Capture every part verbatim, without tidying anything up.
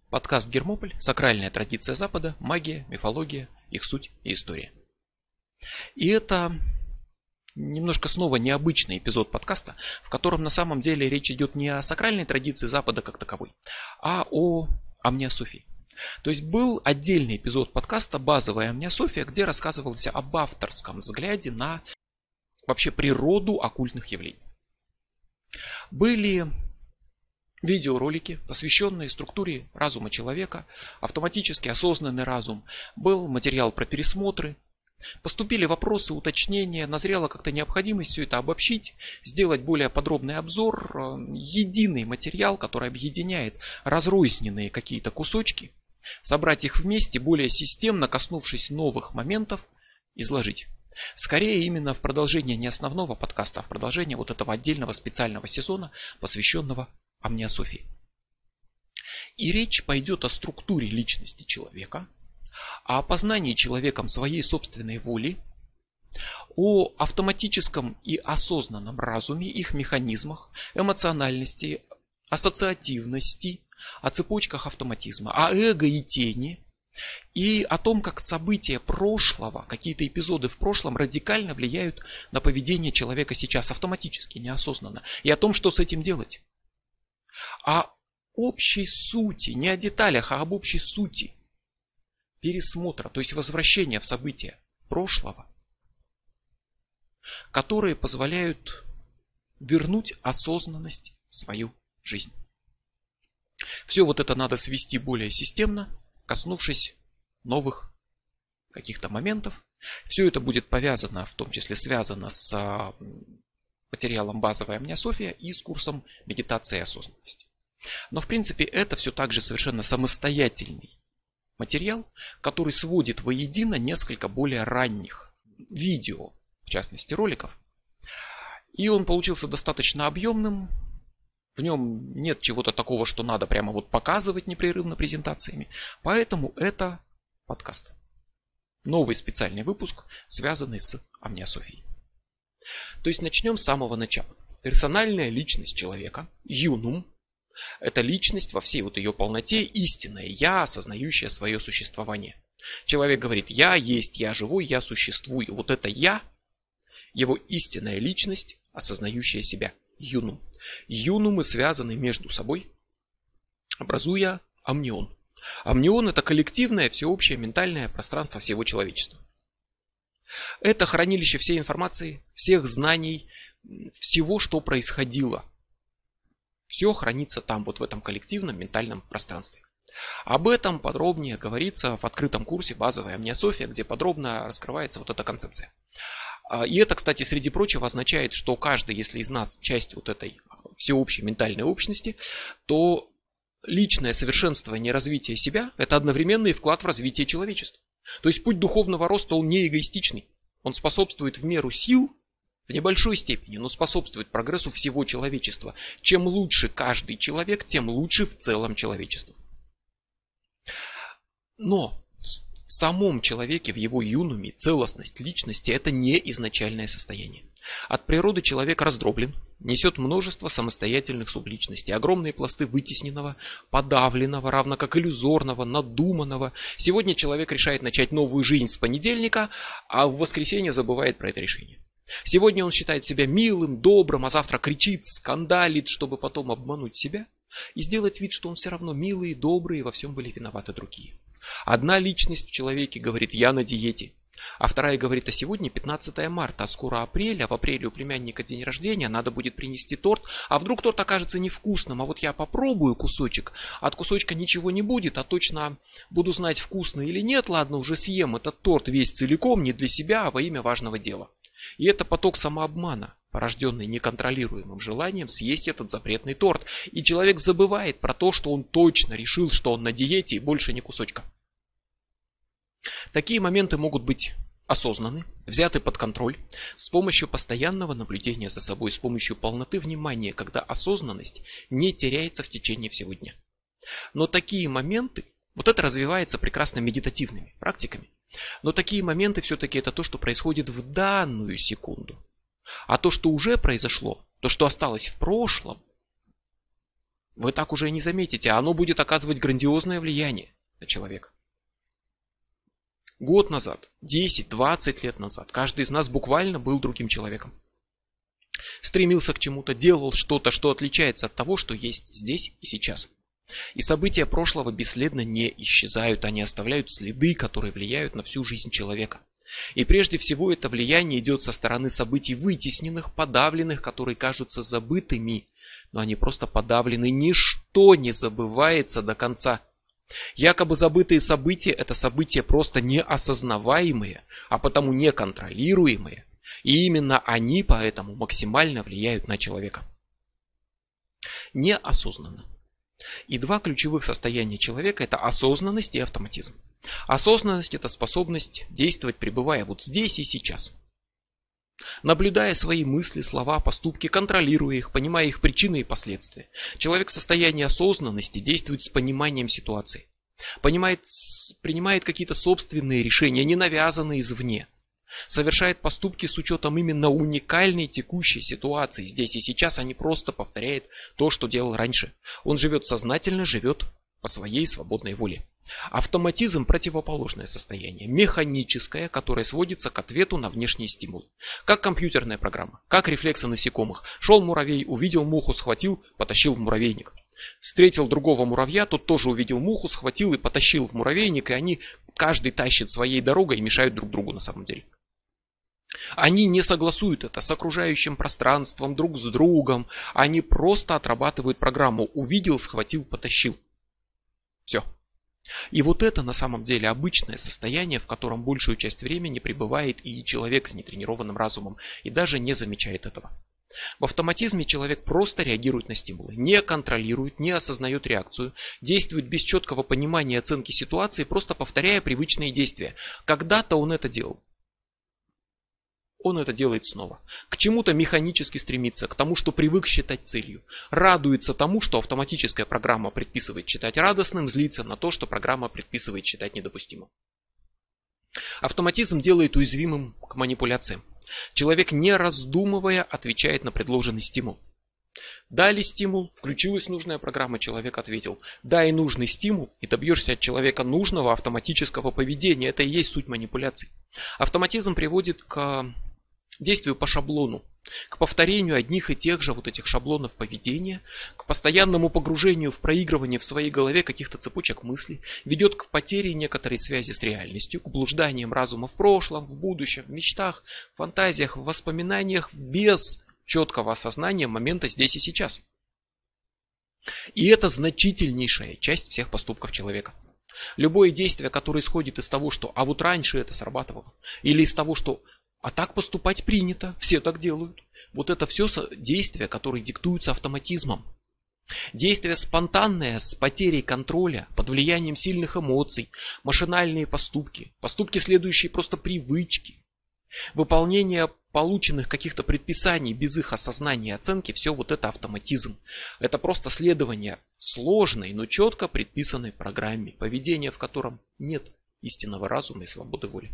Подкаст «Гермополь. Сакральная традиция Запада. Магия, мифология, их суть и история». И это немножко снова необычный эпизод подкаста, в котором на самом деле речь идет не о сакральной традиции Запада как таковой, а о амниософии. То есть был отдельный эпизод подкаста «Базовая амниософия», где рассказывалось об авторском взгляде на вообще природу оккультных явлений. Были видеоролики, посвященные структуре разума человека, автоматически осознанный разум. Был материал про пересмотры. Поступили вопросы, уточнения, назрела как-то необходимость все это обобщить, сделать более подробный обзор, единый материал, который объединяет разрозненные какие-то кусочки, собрать их вместе, более системно, коснувшись новых моментов, изложить. Скорее именно в продолжение не основного подкаста, а в продолжение вот этого отдельного специального сезона, посвященного амниософии. И речь пойдет о структуре личности человека, о познании человеком своей собственной воли, о автоматическом и осознанном разуме, их механизмах, эмоциональности, ассоциативности, о цепочках автоматизма, о эго и тени, и о том, как события прошлого, какие-то эпизоды в прошлом радикально влияют на поведение человека сейчас автоматически, неосознанно, и о том, что с этим делать. О общей сути, не о деталях, а об общей сути пересмотра, то есть возвращения в события прошлого, которые позволяют вернуть осознанность в свою жизнь. Все вот это надо свести более системно, коснувшись новых каких-то моментов. Все это будет повязано, в том числе связано с материалом «Базовая амниософия» и с курсом медитации и осознанности. Но в принципе это все также совершенно самостоятельный материал, который сводит воедино несколько более ранних видео, в частности роликов. И он получился достаточно объемным. В нем нет чего-то такого, что надо прямо вот показывать непрерывно презентациями. Поэтому это подкаст. Новый специальный выпуск, связанный с амниософией. То есть начнем с самого начала. Персональная личность человека, юнум, это личность во всей вот ее полноте, истинное я, осознающее свое существование. Человек говорит: я есть, я живой, я существую. Вот это я, его истинная личность, осознающая себя, юнум. Юнумы связаны между собой, образуя амнион. Амнион — это коллективное, всеобщее ментальное пространство всего человечества. Это хранилище всей информации, всех знаний, всего, что происходило. Все хранится там, вот в этом коллективном ментальном пространстве. Об этом подробнее говорится в открытом курсе «Базовая амниософия», где подробно раскрывается вот эта концепция. И это, кстати, среди прочего означает, что каждый, если из нас часть вот этой всеобщей ментальной общности, то личное совершенствование и развитие себя — это одновременный вклад в развитие человечества. То есть путь духовного роста, он не эгоистичный. Он способствует в меру сил, в небольшой степени, но способствует прогрессу всего человечества. Чем лучше каждый человек, тем лучше в целом человечество. Но в самом человеке, в его юнуме, целостность личности — это не изначальное состояние. От природы человек раздроблен, несет множество самостоятельных субличностей, огромные пласты вытесненного, подавленного, равно как иллюзорного, надуманного. Сегодня человек решает начать новую жизнь с понедельника, а в воскресенье забывает про это решение. Сегодня он считает себя милым, добрым, а завтра кричит, скандалит, чтобы потом обмануть себя и сделать вид, что он все равно милый, добрый, и во всем были виноваты другие. Одна личность в человеке говорит: я на диете. А вторая говорит: а сегодня пятнадцатое марта, а скоро апрель, а в апреле у племянника день рождения, надо будет принести торт, а вдруг торт окажется невкусным, а вот я попробую кусочек, от кусочка ничего не будет, а точно буду знать, вкусно или нет, ладно, уже съем этот торт весь целиком, не для себя, а во имя важного дела. И это поток самообмана, порожденный неконтролируемым желанием съесть этот запретный торт. И человек забывает про то, что он точно решил, что он на диете и больше ни кусочка. Такие моменты могут быть осознаны, взяты под контроль с помощью постоянного наблюдения за собой, с помощью полноты внимания, когда осознанность не теряется в течение всего дня. Но такие моменты, вот это развивается прекрасно медитативными практиками, но такие моменты все-таки это то, что происходит в данную секунду. А то, что уже произошло, то, что осталось в прошлом, Вы так уже и не заметите, а оно будет оказывать грандиозное влияние на человека. Год назад, десять, двадцать лет назад, каждый из нас буквально был другим человеком. Стремился к чему-то, делал что-то, что отличается от того, что есть здесь и сейчас. И события прошлого бесследно не исчезают, они оставляют следы, которые влияют на всю жизнь человека. И прежде всего это влияние идет со стороны событий вытесненных, подавленных, которые кажутся забытыми, но они просто подавлены, ничто не забывается до конца. Якобы забытые события – это события просто неосознаваемые, а потому неконтролируемые. И именно они поэтому максимально влияют на человека. Неосознанно. И два ключевых состояния человека – это осознанность и автоматизм. Осознанность – это способность действовать, пребывая вот здесь и сейчас. Наблюдая свои мысли, слова, поступки, контролируя их, понимая их причины и последствия. Человек в состоянии осознанности действует с пониманием ситуации. Понимает, принимает какие-то собственные решения, не навязанные извне. Совершает поступки с учетом именно уникальной текущей ситуации. Здесь и сейчас, а не просто повторяет то, что делал раньше. Он живет сознательно, живет по своей свободной воле. Автоматизм – противоположное состояние, механическое, которое сводится к ответу на внешний стимул. Как компьютерная программа, как рефлексы насекомых. Шел муравей, увидел муху, схватил, потащил в муравейник. Встретил другого муравья, тот тоже увидел муху, схватил и потащил в муравейник, и они каждый тащит своей дорогой и мешают друг другу на самом деле. Они не согласуют это с окружающим пространством, друг с другом, они просто отрабатывают программу. Увидел, схватил, потащил. Все. И вот это на самом деле обычное состояние, в котором большую часть времени пребывает и человек с нетренированным разумом, и даже не замечает этого. В автоматизме человек просто реагирует на стимулы, не контролирует, не осознает реакцию, действует без четкого понимания и оценки ситуации, просто повторяя привычные действия. Когда-то он это делал. Он это делает снова. К чему-то механически стремится, к тому, что привык считать целью. Радуется тому, что автоматическая программа предписывает считать радостным, злится на то, что программа предписывает считать недопустимым. Автоматизм делает уязвимым к манипуляциям. Человек, не раздумывая, отвечает на предложенный стимул. Дали стимул, включилась нужная программа, человек ответил. Дай нужный стимул, и добьешься от человека нужного автоматического поведения. Это и есть суть манипуляций. Автоматизм приводит к действию по шаблону, к повторению одних и тех же вот этих шаблонов поведения, к постоянному погружению в проигрывание в своей голове каких-то цепочек мыслей, ведет к потере некоторой связи с реальностью, к блужданиям разума в прошлом, в будущем, в мечтах, в фантазиях, в воспоминаниях без четкого осознания момента здесь и сейчас. И это значительнейшая часть всех поступков человека. Любое действие, которое исходит из того, что «а вот раньше это срабатывало», или из того, что «а так поступать принято, все так делают», вот это все действия, которые диктуются автоматизмом. Действия спонтанные, с потерей контроля, под влиянием сильных эмоций, машинальные поступки, поступки, следующие просто привычки, выполнение полученных каких-то предписаний без их осознания и оценки, все вот это автоматизм. Это просто следование сложной, но четко предписанной программе, поведение в котором нет истинного разума и свободы воли.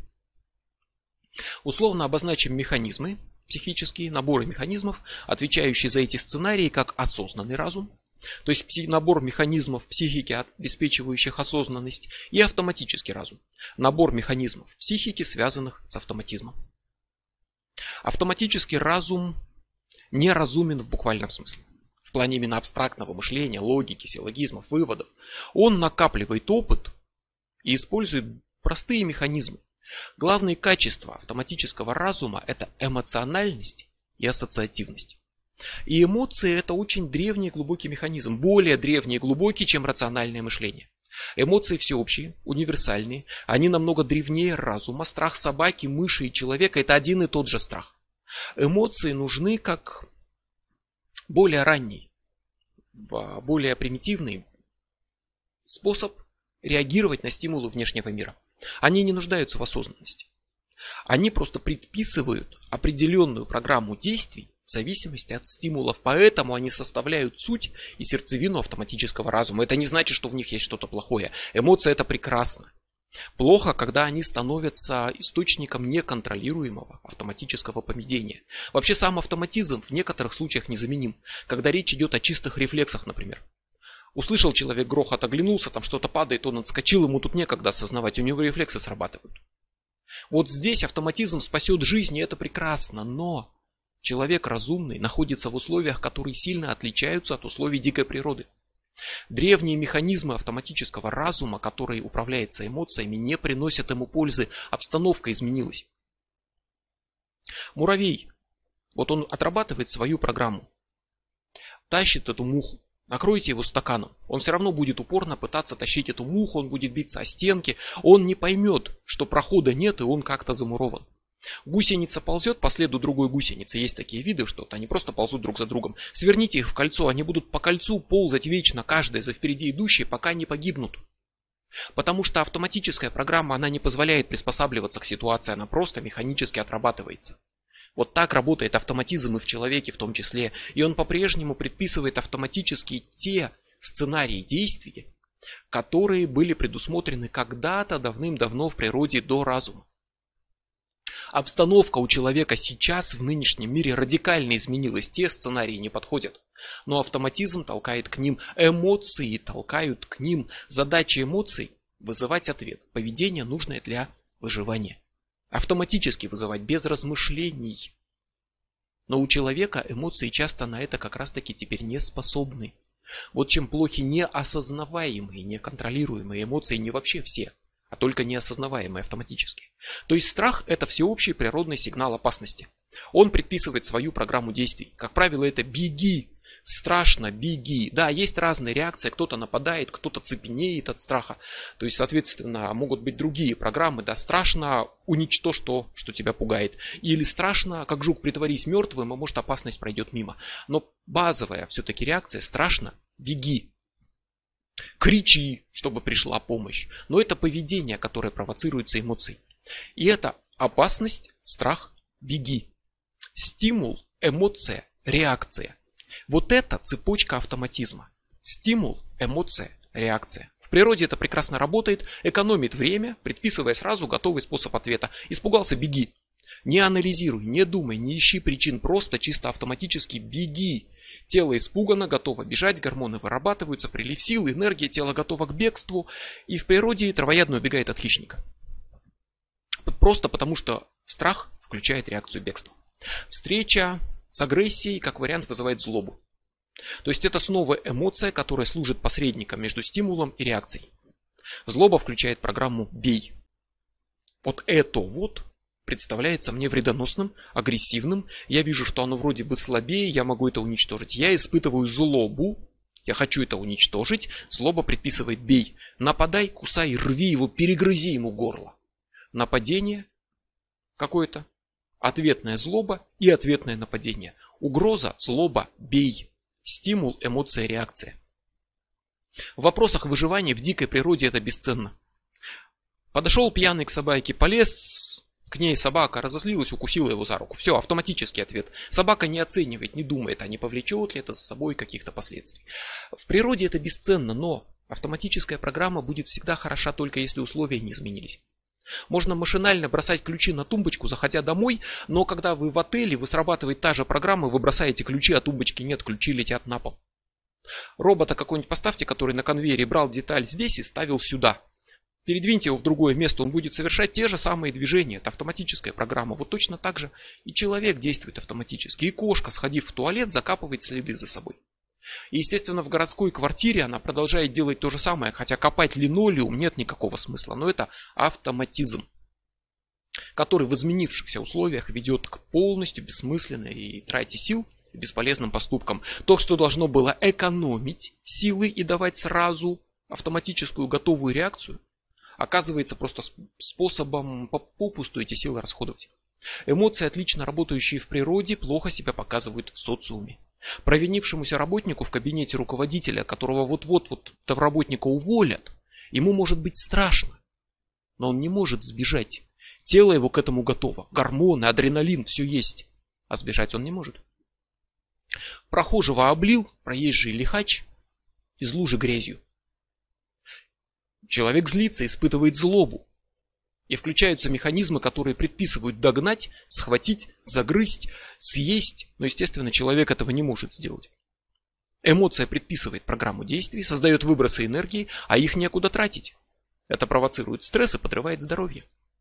Условно обозначим механизмы, психические наборы механизмов, отвечающие за эти сценарии, как осознанный разум, то есть набор механизмов психики, обеспечивающих осознанность, и автоматический разум, набор механизмов психики, связанных с автоматизмом. Автоматический разум не разумен в буквальном смысле, в плане именно абстрактного мышления, логики, силлогизмов, выводов. Он накапливает опыт и использует простые механизмы. Главные качества автоматического разума – это эмоциональность и ассоциативность. И эмоции – это очень древний и глубокий механизм, более древний и глубокий, чем рациональное мышление. Эмоции всеобщие, универсальные, они намного древнее разума. Страх собаки, мыши и человека – это один и тот же страх. Эмоции нужны как более ранний, более примитивный способ реагировать на стимулы внешнего мира. Они не нуждаются в осознанности. Они просто предписывают определенную программу действий в зависимости от стимулов. Поэтому они составляют суть и сердцевину автоматического разума. Это не значит, что в них есть что-то плохое. Эмоции – это прекрасно. Плохо, когда они становятся источником неконтролируемого автоматического поведения. Вообще сам автоматизм в некоторых случаях незаменим, когда речь идет о чистых рефлексах, например. Услышал человек грохот, оглянулся, там что-то падает, он отскочил, ему тут некогда осознавать, у него рефлексы срабатывают. Вот здесь автоматизм спасет жизнь, и это прекрасно, но человек разумный находится в условиях, которые сильно отличаются от условий дикой природы. Древние механизмы автоматического разума, которые управляются эмоциями, не приносят ему пользы, обстановка изменилась. Муравей, вот он отрабатывает свою программу, тащит эту муху. Накройте его стаканом. Он все равно будет упорно пытаться тащить эту муху, он будет биться о стенки. Он не поймет, что прохода нет и он как-то замурован. Гусеница ползет по следу другой гусеницы. Есть такие виды, что они просто ползут друг за другом. Сверните их в кольцо, они будут по кольцу ползать вечно, каждая за впереди идущей, пока не погибнут. Потому что автоматическая программа, она не позволяет приспосабливаться к ситуации, она просто механически отрабатывается. Вот так работает автоматизм и в человеке в том числе. И он по-прежнему предписывает автоматически те сценарии действий, которые были предусмотрены когда-то давным-давно в природе до разума. Обстановка у человека сейчас в нынешнем мире радикально изменилась. Те сценарии не подходят. Но автоматизм толкает к ним, эмоции толкают к ним. Задача эмоций – вызывать ответ. Поведение, нужное для выживания. Автоматически вызывать, без размышлений. Но у человека эмоции часто на это как раз таки теперь не способны. Вот чем плохи неосознаваемые, неконтролируемые эмоции, не вообще все, а только неосознаваемые автоматически. То есть страх – это всеобщий природный сигнал опасности. Он предписывает свою программу действий. Как правило, это беги. Страшно, беги. Да, есть разные реакции. Кто-то нападает, кто-то цепенеет от страха. То есть, соответственно, могут быть другие программы. Да, страшно, уничтожь то, что тебя пугает. Или страшно, как жук, притворись мертвым, и может опасность пройдет мимо. Но базовая все-таки реакция – страшно, беги. Кричи, чтобы пришла помощь. Но это поведение, которое провоцируется эмоцией. И это опасность, страх, беги. Стимул, эмоция, реакция. Вот это цепочка автоматизма. Стимул, эмоция, реакция. В природе это прекрасно работает, экономит время, предписывая сразу готовый способ ответа. Испугался – беги. Не анализируй, не думай, не ищи причин, просто чисто автоматически беги. Тело испугано, готово бежать, гормоны вырабатываются, прилив сил, энергия, тело готово к бегству. И в природе травоядный убегает от хищника. Просто потому, что страх включает реакцию бегства. Встреча с агрессией, как вариант, вызывает злобу. То есть это снова эмоция, которая служит посредником между стимулом и реакцией. Злоба включает программу «бей». Вот это вот представляется мне вредоносным, агрессивным. Я вижу, что оно вроде бы слабее, я могу это уничтожить. Я испытываю злобу, я хочу это уничтожить. Злоба предписывает «бей». Нападай, кусай, рви его, перегрызи ему горло. Нападение какое-то. Ответная злоба и ответное нападение. Угроза, злоба, бей. Стимул, эмоция, реакция. В вопросах выживания в дикой природе это бесценно. Подошел пьяный к собаке, полез к ней, собака разозлилась, укусила его за руку. Все, автоматический ответ. Собака не оценивает, не думает, а не повлечет ли это за собой каких-то последствий. В природе это бесценно, но автоматическая программа будет всегда хороша только если условия не изменились. Можно машинально бросать ключи на тумбочку, заходя домой, но когда вы в отеле, вы срабатывает та же программа, вы бросаете ключи, а тумбочки нет, ключи летят на пол. Робота какой-нибудь поставьте, который на конвейере брал деталь здесь и ставил сюда. Передвиньте его в другое место, он будет совершать те же самые движения. Это автоматическая программа. Вот точно так же и человек действует автоматически. И кошка, сходив в туалет, закапывает следы за собой. И, естественно, в городской квартире она продолжает делать то же самое, хотя копать линолеум нет никакого смысла. Но это автоматизм, который в изменившихся условиях ведет к полностью бессмысленной и трате сил и бесполезным поступкам. То, что должно было экономить силы и давать сразу автоматическую готовую реакцию, оказывается просто способом попусту эти силы расходовать. Эмоции, отлично работающие в природе, плохо себя показывают в социуме. Провинившемуся работнику в кабинете руководителя, которого вот-вот вот работника уволят, ему может быть страшно, но он не может сбежать. Тело его к этому готово. Гормоны, адреналин, все есть. А сбежать он не может. Прохожего облил проезжий лихач из лужи грязью. Человек злится, испытывает злобу. И включаются механизмы, которые предписывают догнать, схватить, загрызть, съесть. Но, естественно, человек этого не может сделать. Эмоция предписывает программу действий, создает выбросы энергии, а их некуда тратить. Это провоцирует стресс и подрывает здоровье.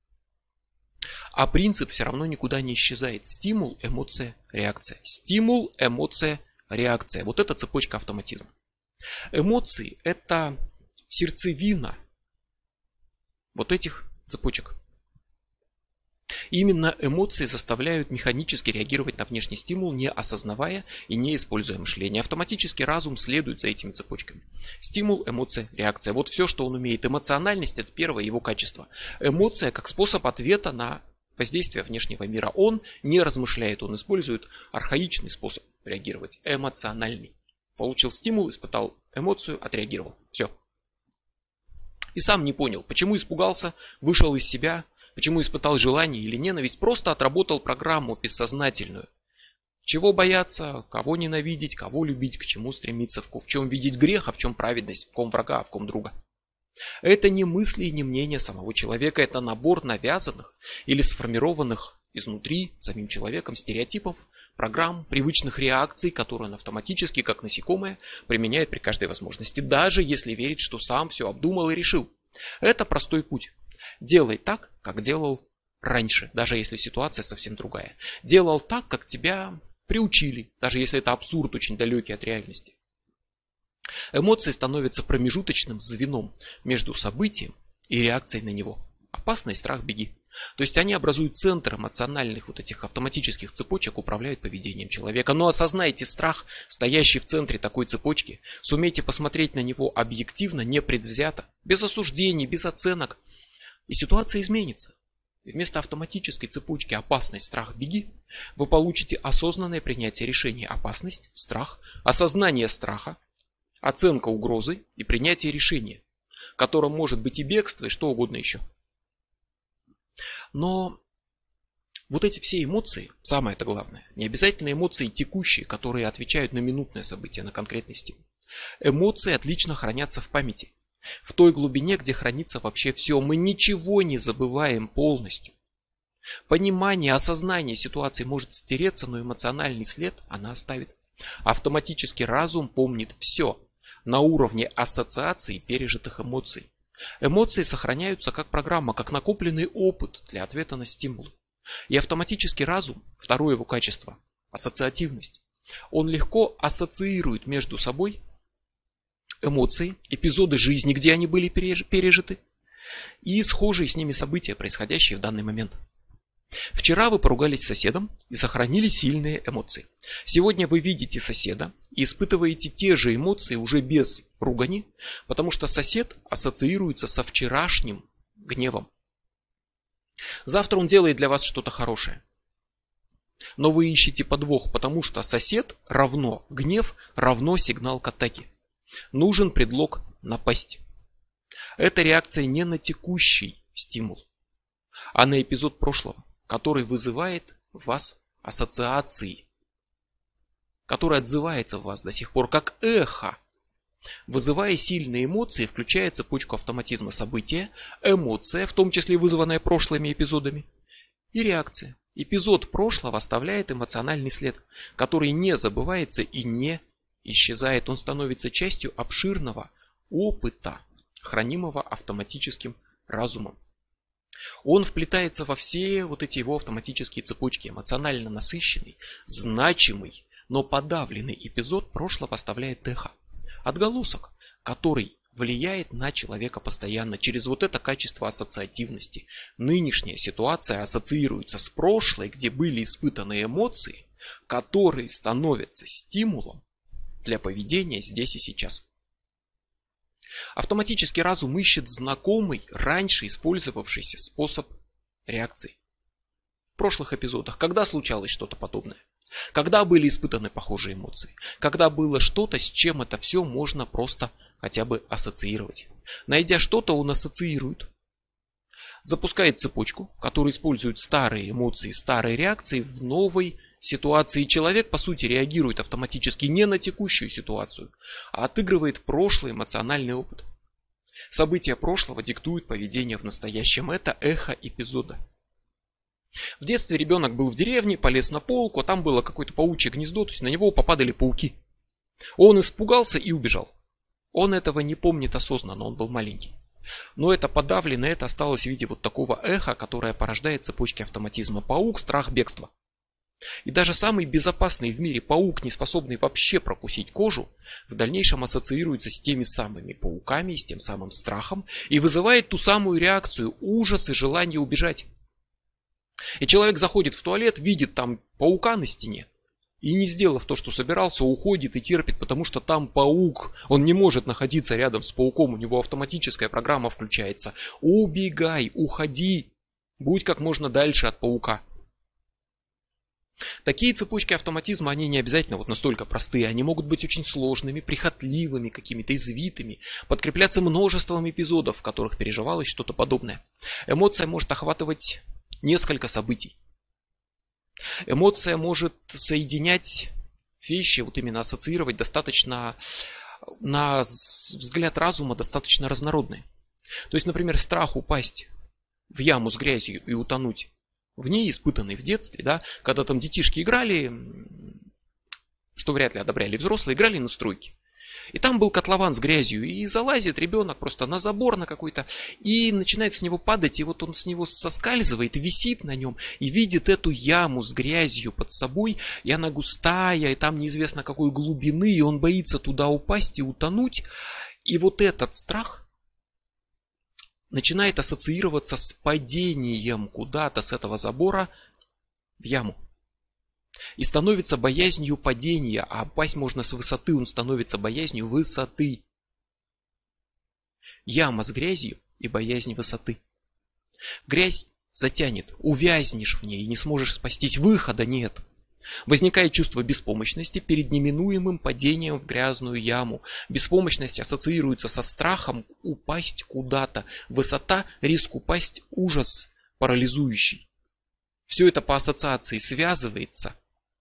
А принцип все равно никуда не исчезает. Стимул, эмоция, реакция. Стимул, эмоция, реакция. Вот это цепочка автоматизма. Эмоции – это сердцевина вот этих цепочек. Именно эмоции заставляют механически реагировать на внешний стимул, не осознавая и не используя мышление. Автоматически разум следует за этими цепочками. Стимул, эмоция, реакция. Вот все, что он умеет. Эмоциональность – это первое его качество. Эмоция как способ ответа на воздействие внешнего мира. Он не размышляет, он использует архаичный способ реагировать. Эмоциональный. Получил стимул, испытал эмоцию, отреагировал. Все. И сам не понял, почему испугался, вышел из себя, почему испытал желание или ненависть, просто отработал программу бессознательную. Чего бояться, кого ненавидеть, кого любить, к чему стремиться, в чем видеть грех, а в чем праведность, в ком врага, а в ком друга. Это не мысли и не мнения самого человека, это набор навязанных или сформированных изнутри самим человеком стереотипов, программ, привычных реакций, которые он автоматически, как насекомое, применяет при каждой возможности, даже если верит, что сам все обдумал и решил. Это простой путь. Делай так, как делал раньше, даже если ситуация совсем другая. Делал так, как тебя приучили, даже если это абсурд очень далекий от реальности. Эмоции становятся промежуточным звеном между событием и реакцией на него. Опасный страх, беги. То есть они образуют центр эмоциональных вот этих автоматических цепочек, управляют поведением человека. Но осознайте страх, стоящий в центре такой цепочки. Сумейте посмотреть на него объективно, непредвзято, без осуждений, без оценок. И ситуация изменится. И вместо автоматической цепочки опасность, страх, беги, вы получите осознанное принятие решения. Опасность, страх, осознание страха, оценка угрозы и принятие решения, которым может быть и бегство, и что угодно еще. Но вот эти все эмоции, самое это главное, не обязательно эмоции текущие, которые отвечают на минутное событие, на конкретный стимул. Эмоции отлично хранятся в памяти. В той глубине, где хранится вообще все. Мы ничего не забываем полностью. Понимание, осознание ситуации может стереться, но эмоциональный след она оставит. Автоматически разум помнит все на уровне ассоциаций пережитых эмоций. Эмоции сохраняются как программа, как накопленный опыт для ответа на стимулы. И автоматический разум, второе его качество, ассоциативность, он легко ассоциирует между собой эмоции, эпизоды жизни, где они были пережиты, и схожие с ними события, происходящие в данный момент. Вчера вы поругались с соседом и сохранили сильные эмоции. Сегодня вы видите соседа и испытываете те же эмоции уже без ругани, потому что сосед ассоциируется со вчерашним гневом. Завтра он делает для вас что-то хорошее. Но вы ищете подвох, потому что сосед равно гнев равно сигнал к атаке. Нужен предлог напасть. Это реакция не на текущий стимул, а на эпизод прошлого, который вызывает в вас ассоциации, который отзывается в вас до сих пор как эхо. Вызывая сильные эмоции, включая цепочку автоматизма события, эмоция, в том числе вызванная прошлыми эпизодами, и реакция. Эпизод прошлого оставляет эмоциональный след, который не забывается и не исчезает. Он становится частью обширного опыта, хранимого автоматическим разумом. Он вплетается во все вот эти его автоматические цепочки. Эмоционально насыщенный, значимый, но подавленный эпизод прошлого оставляет эхо. Отголосок, который влияет на человека постоянно через вот это качество ассоциативности. Нынешняя ситуация ассоциируется с прошлой, где были испытаны эмоции, которые становятся стимулом для поведения здесь и сейчас. Автоматический разум ищет знакомый, раньше использовавшийся способ реакции. В прошлых эпизодах, когда случалось что-то подобное, когда были испытаны похожие эмоции, когда было что-то, с чем это все можно просто хотя бы ассоциировать. Найдя что-то, он ассоциирует, запускает цепочку, которая использует старые эмоции, старые реакции в новой ситуации. Человек, по сути, реагирует автоматически не на текущую ситуацию, а отыгрывает прошлый эмоциональный опыт. События прошлого диктуют поведение в настоящем. Это эхо эпизода. В детстве ребенок был в деревне, полез на полку, а там было какое-то паучье гнездо, то есть на него попадали пауки. Он испугался и убежал. Он этого не помнит осознанно, он был маленький. Но это подавлено, это осталось в виде вот такого эха, которое порождает цепочки автоматизма. Паук, страх, бегство. И даже самый безопасный в мире паук, не способный вообще прокусить кожу, в дальнейшем ассоциируется с теми самыми пауками, с тем самым страхом и вызывает ту самую реакцию, ужас и желание убежать. И человек заходит в туалет, видит там паука на стене и, не сделав то, что собирался, уходит и терпит, потому что там паук. Он не может находиться рядом с пауком, у него автоматическая программа включается. Убегай, уходи, будь как можно дальше от паука. Такие цепочки автоматизма, они не обязательно вот настолько простые, они могут быть очень сложными, прихотливыми, какими-то извитыми, подкрепляться множеством эпизодов, в которых переживалось что-то подобное. Эмоция может охватывать несколько событий. Эмоция может соединять вещи, вот именно ассоциировать достаточно, на взгляд разума, достаточно разнородные. То есть, например, страх упасть в яму с грязью и утонуть в ней, испытанный в детстве, да, когда там детишки играли, что вряд ли одобряли взрослые, играли на стройке. И там был котлован с грязью, и залазит ребенок просто на забор на какой-то, и начинает с него падать, и вот он с него соскальзывает, висит на нем, и видит эту яму с грязью под собой, и она густая, и там неизвестно какой глубины, и он боится туда упасть и утонуть. И вот этот страх начинает ассоциироваться с падением куда-то с этого забора в яму. И становится боязнью падения, а пасть можно с высоты, он становится боязнью высоты. Яма с грязью и боязнь высоты. Грязь затянет, увязнешь в ней и не сможешь спастись, выхода нет. Возникает чувство беспомощности перед неминуемым падением в грязную яму. Беспомощность ассоциируется со страхом упасть куда-то. Высота, риск упасть, ужас парализующий. Все это по ассоциации связывается.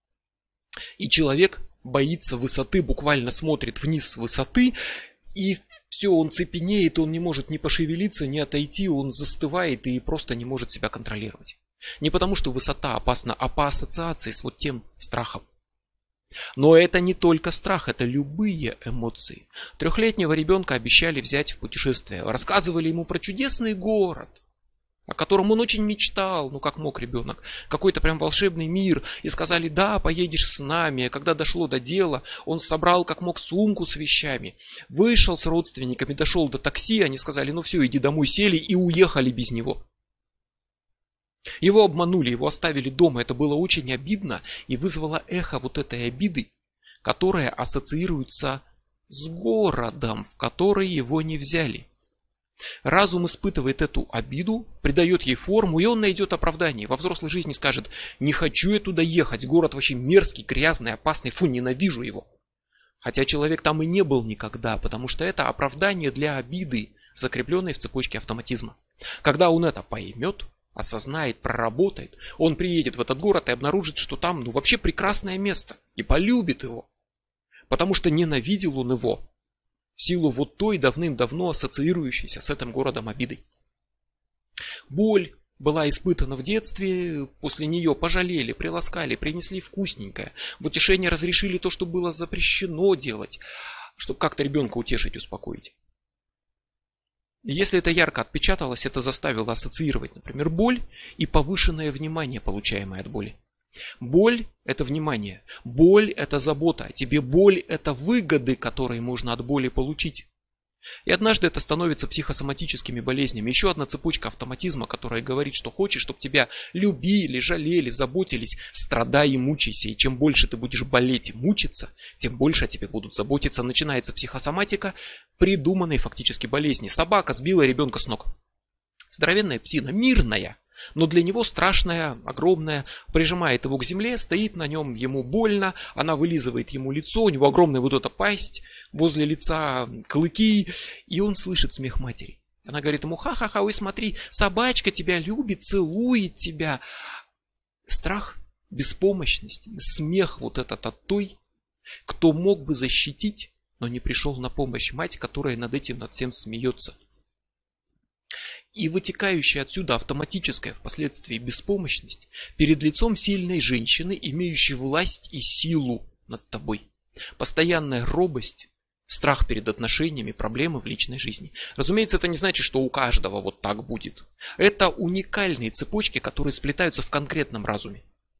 И человек боится высоты, буквально смотрит вниз с высоты, и все, он цепенеет, он не может ни пошевелиться, ни отойти, он застывает и просто не может себя контролировать. Не потому, что высота опасна, а по ассоциации с вот тем страхом. Но это не только страх, это любые эмоции. Трехлетнего ребенка обещали взять в путешествие. Рассказывали ему про чудесный город, о котором он очень мечтал, ну как мог ребенок, какой-то прям волшебный мир. И сказали, да, поедешь с нами. А когда дошло до дела, он собрал как мог сумку с вещами, вышел с родственниками, дошел до такси, они сказали, ну все, иди домой, сели и уехали без него. Его обманули, его оставили дома, это было очень обидно и вызвало эхо вот этой обиды, которая ассоциируется с городом, в который его не взяли. Разум испытывает эту обиду, придает ей форму, и он найдет оправдание. Во взрослой жизни скажет, не хочу я туда ехать, город вообще мерзкий, грязный, опасный, фу, ненавижу его. Хотя человек там и не был никогда, потому что это оправдание для обиды, закрепленной в цепочке автоматизма. Когда он это поймет, осознает, проработает, он приедет в этот город и обнаружит, что там ну вообще прекрасное место, и полюбит его. Потому что ненавидел он его в силу вот той давным-давно ассоциирующейся с этим городом обидой. Боль была испытана в детстве, после нее пожалели, приласкали, принесли вкусненькое. В утешение разрешили то, что было запрещено делать, чтобы как-то ребенка утешить, успокоить. Если это ярко отпечаталось, это заставило ассоциировать, например, боль и повышенное внимание, получаемое от боли. Боль – это внимание, боль – это забота, тебе боль – это выгоды, которые можно от боли получить. И однажды это становится психосоматическими болезнями. Еще одна цепочка автоматизма, которая говорит, что хочешь, чтобы тебя любили, жалели, заботились, страдай и мучайся. И чем больше ты будешь болеть и мучиться, тем больше о тебе будут заботиться. Начинается психосоматика придуманной фактически болезни. Собака сбила ребенка с ног. Здоровенная псина, мирная, но для него страшная, огромная, прижимает его к земле, стоит на нем, ему больно, она вылизывает ему лицо, у него огромная вот эта пасть, возле лица клыки, и он слышит смех матери. Она говорит ему, ха-ха-ха, ой, смотри, собачка тебя любит, целует тебя. Страх, беспомощность, смех вот этот от той, кто мог бы защитить, но не пришел на помощь. Мать, которая над этим, над всем смеется. И вытекающая отсюда автоматическая впоследствии беспомощность перед лицом сильной женщины, имеющей власть и силу над тобой. Постоянная робость, страх перед отношениями, проблемы в личной жизни. Разумеется, это не значит, что у каждого вот так будет. Это уникальные цепочки, которые сплетаются в конкретном разуме.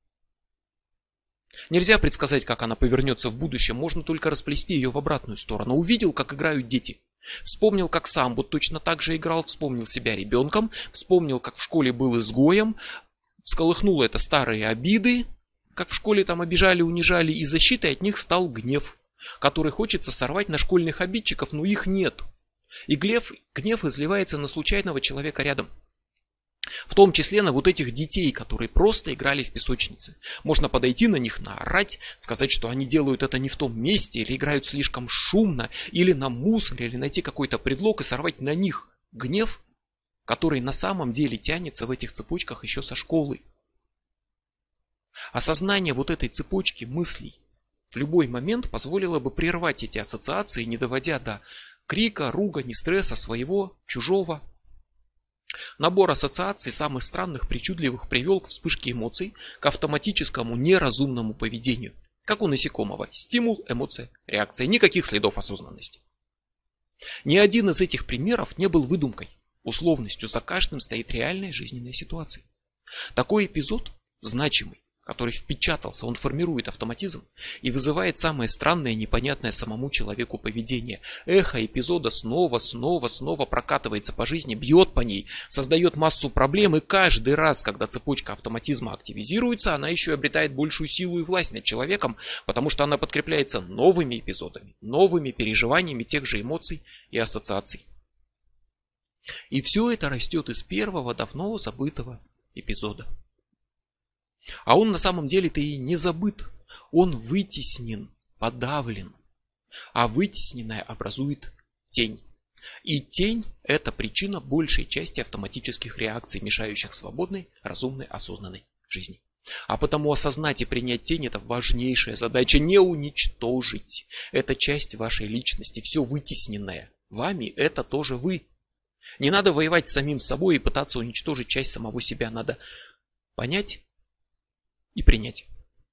Нельзя предсказать, как она повернется в будущем, можно только расплести ее в обратную сторону. Увидел, как играют дети. Вспомнил, как сам вот точно так же играл, вспомнил себя ребенком, вспомнил, как в школе был изгоем, всколыхнуло это старые обиды, как в школе там обижали, унижали, и защитой от них стал гнев, который хочется сорвать на школьных обидчиков, но их нет. И гнев, гнев изливается на случайного человека рядом. В том числе на вот этих детей, которые просто играли в песочнице. Можно подойти на них, наорать, сказать, что они делают это не в том месте, или играют слишком шумно, или на мусоре, или найти какой-то предлог и сорвать на них гнев, который на самом деле тянется в этих цепочках еще со школы. Осознание вот этой цепочки мыслей в любой момент позволило бы прервать эти ассоциации, не доводя до крика, ругани, стресса своего, чужого. Набор ассоциаций самых странных, причудливых привел к вспышке эмоций, к автоматическому неразумному поведению. Как у насекомого. Стимул, эмоция, реакция. Никаких следов осознанности. Ни один из этих примеров не был выдумкой. Условностью за каждым стоит реальная жизненная ситуация. Такой эпизод значимый, который впечатался, он формирует автоматизм и вызывает самое странное и непонятное самому человеку поведение. Эхо эпизода снова, снова, снова прокатывается по жизни, бьет по ней, создает массу проблем, и каждый раз, когда цепочка автоматизма активизируется, она еще обретает большую силу и власть над человеком, потому что она подкрепляется новыми эпизодами, новыми переживаниями тех же эмоций и ассоциаций. И все это растет из первого, давно забытого эпизода. А он на самом деле-то и не забыт. Он вытеснен, подавлен. А вытесненное образует тень. И тень – это причина большей части автоматических реакций, мешающих свободной, разумной, осознанной жизни. А потому осознать и принять тень – это важнейшая задача. Не уничтожить. Это часть вашей личности. Все вытесненное вами – это тоже вы. Не надо воевать с самим собой и пытаться уничтожить часть самого себя. Надо понять и принять.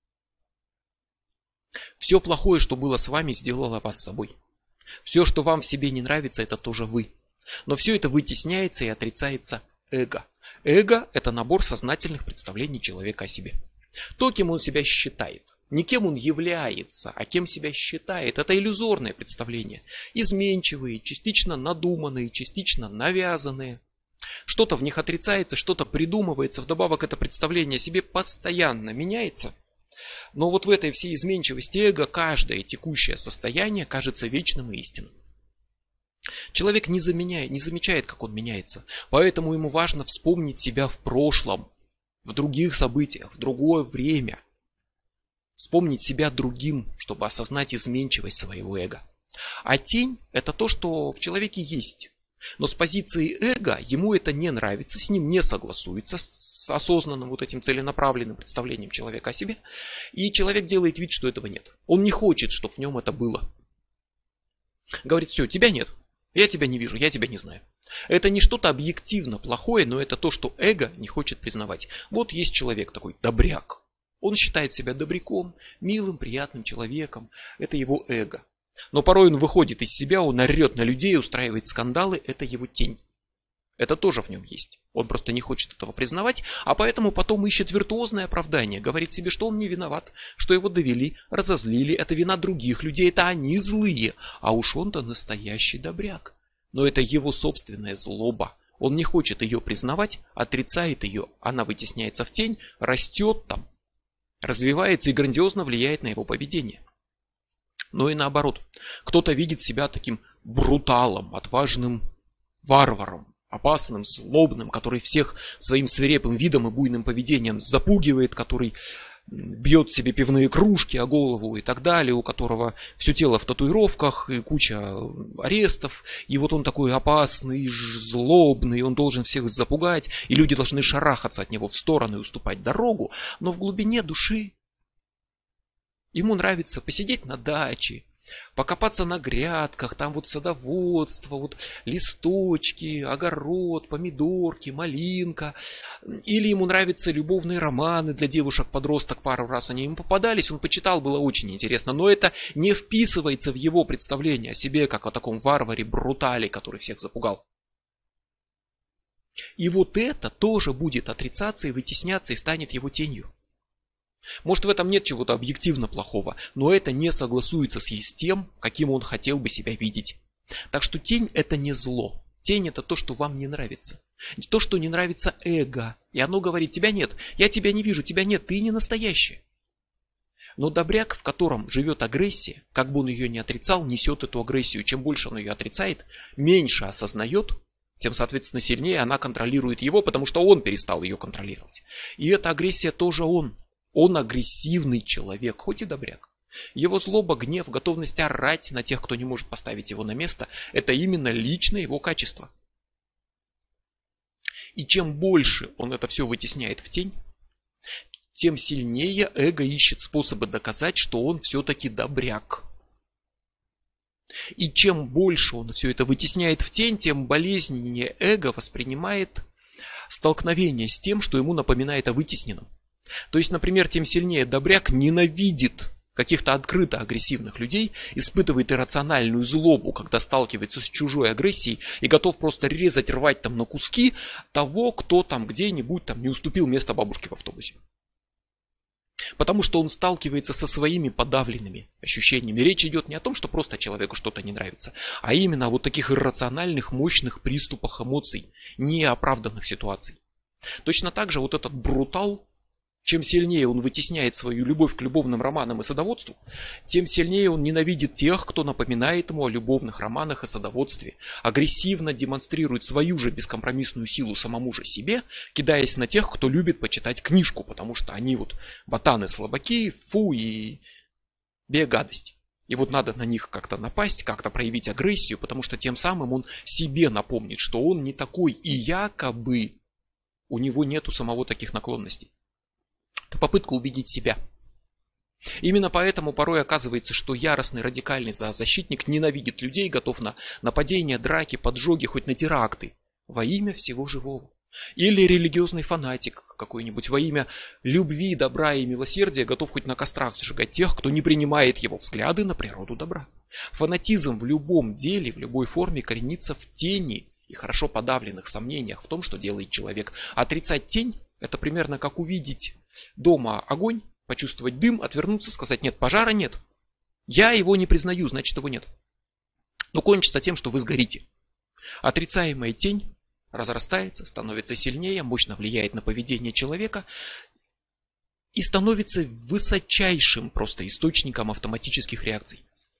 Все плохое, что было с вами, сделало вас собой. Все, что вам в себе не нравится, это тоже вы. Но все это вытесняется и отрицается эго. Эго – это набор сознательных представлений человека о себе. То, кем он себя считает. Не кем он является, а кем себя считает. Это иллюзорное представление. Изменчивые, частично надуманные, частично навязанные. Что-то в них отрицается, что-то придумывается. Вдобавок это представление о себе постоянно меняется. Но вот в этой всей изменчивости эго каждое текущее состояние кажется вечным и истинным. Человек не, заменяет, не замечает, как он меняется. Поэтому ему важно вспомнить себя в прошлом, в других событиях, в другое время. Вспомнить себя другим, чтобы осознать изменчивость своего эго. А тень – это то, что в человеке есть. Но с позиции эго ему это не нравится, с ним не согласуется, с осознанным вот этим целенаправленным представлением человека о себе. И человек делает вид, что этого нет. Он не хочет, чтобы в нем это было. Говорит: все, тебя нет, я тебя не вижу, я тебя не знаю. Это не что-то объективно плохое, но это то, что эго не хочет признавать. Вот есть человек такой, добряк. Он считает себя добряком, милым, приятным человеком. Это его эго. Но порой он выходит из себя, он орет на людей, устраивает скандалы. Это его тень. Это тоже в нем есть. Он просто не хочет этого признавать, а поэтому потом ищет виртуозное оправдание. Говорит себе, что он не виноват, что его довели, разозлили. Это вина других людей, это они злые. А уж он-то настоящий добряк. Но это его собственная злоба. Он не хочет ее признавать, отрицает ее. Она вытесняется в тень, растет там, развивается и грандиозно влияет на его поведение. Но и наоборот. Кто-то видит себя таким бруталом, отважным варваром, опасным, злобным, который всех своим свирепым видом и буйным поведением запугивает, который бьет себе пивные кружки о голову и так далее, у которого все тело в татуировках и куча арестов, и вот он такой опасный, злобный, он должен всех запугать, и люди должны шарахаться от него в сторону и уступать дорогу, но в глубине души ему нравится посидеть на даче, Покопаться на грядках, там вот садоводство, вот листочки, огород, помидорки, малинка. Или ему нравятся любовные романы для девушек-подросток, пару раз они ему попадались, он почитал, было очень интересно. Но это не вписывается в его представление о себе, как о таком варваре, брутале, который всех запугал. И вот это тоже будет отрицаться и вытесняться, и станет его тенью. Может, в этом нет чего-то объективно плохого, но это не согласуется с тем, каким он хотел бы себя видеть. Так что тень это не зло. Тень это то, что вам не нравится. То, что не нравится эго. И оно говорит: тебя нет, я тебя не вижу, тебя нет, ты не настоящий. Но добряк, в котором живет агрессия, как бы он ее ни отрицал, несет эту агрессию. Чем больше он ее отрицает, меньше осознает, тем, соответственно, сильнее она контролирует его, потому что он перестал ее контролировать. И эта агрессия тоже он. Он агрессивный человек, хоть и добряк. Его злоба, гнев, готовность орать на тех, кто не может поставить его на место, это именно личное его качество. И чем больше он это все вытесняет в тень, тем сильнее эго ищет способы доказать, что он все-таки добряк. И чем больше он все это вытесняет в тень, тем болезненнее эго воспринимает столкновение с тем, что ему напоминает о вытесненном. То есть, например, тем сильнее добряк ненавидит каких-то открыто агрессивных людей, испытывает иррациональную злобу, когда сталкивается с чужой агрессией и готов просто резать, рвать там на куски того, кто там где-нибудь там не уступил место бабушке в автобусе. Потому что он сталкивается со своими подавленными ощущениями. Речь идет не о том, что просто человеку что-то не нравится, а именно о вот таких иррациональных, мощных приступах эмоций, неоправданных ситуаций. Точно так же вот этот брутал, чем сильнее он вытесняет свою любовь к любовным романам и садоводству, тем сильнее он ненавидит тех, кто напоминает ему о любовных романах и садоводстве, агрессивно демонстрирует свою же бескомпромиссную силу самому же себе, кидаясь на тех, кто любит почитать книжку, потому что они вот ботаны-слабаки, фу и бе-гадость. И вот надо на них как-то напасть, как-то проявить агрессию, потому что тем самым он себе напомнит, что он не такой, и якобы у него нету самого таких наклонностей. Это попытка убедить себя. Именно поэтому порой оказывается, что яростный радикальный зоозащитник ненавидит людей, готов на нападения, драки, поджоги, хоть на теракты во имя всего живого. Или религиозный фанатик какой-нибудь во имя любви, добра и милосердия готов хоть на кострах сжигать тех, кто не принимает его взгляды на природу добра. Фанатизм в любом деле, в любой форме коренится в тени и хорошо подавленных сомнениях в том, что делает человек. Отрицать тень — это примерно как увидеть дома огонь, почувствовать дым, отвернуться, сказать: нет, пожара нет. Я его не признаю, значит его нет. Но кончится тем, что вы сгорите. Отрицаемая тень разрастается, становится сильнее, мощно влияет на поведение человека и становится высочайшим просто источником автоматических реакций.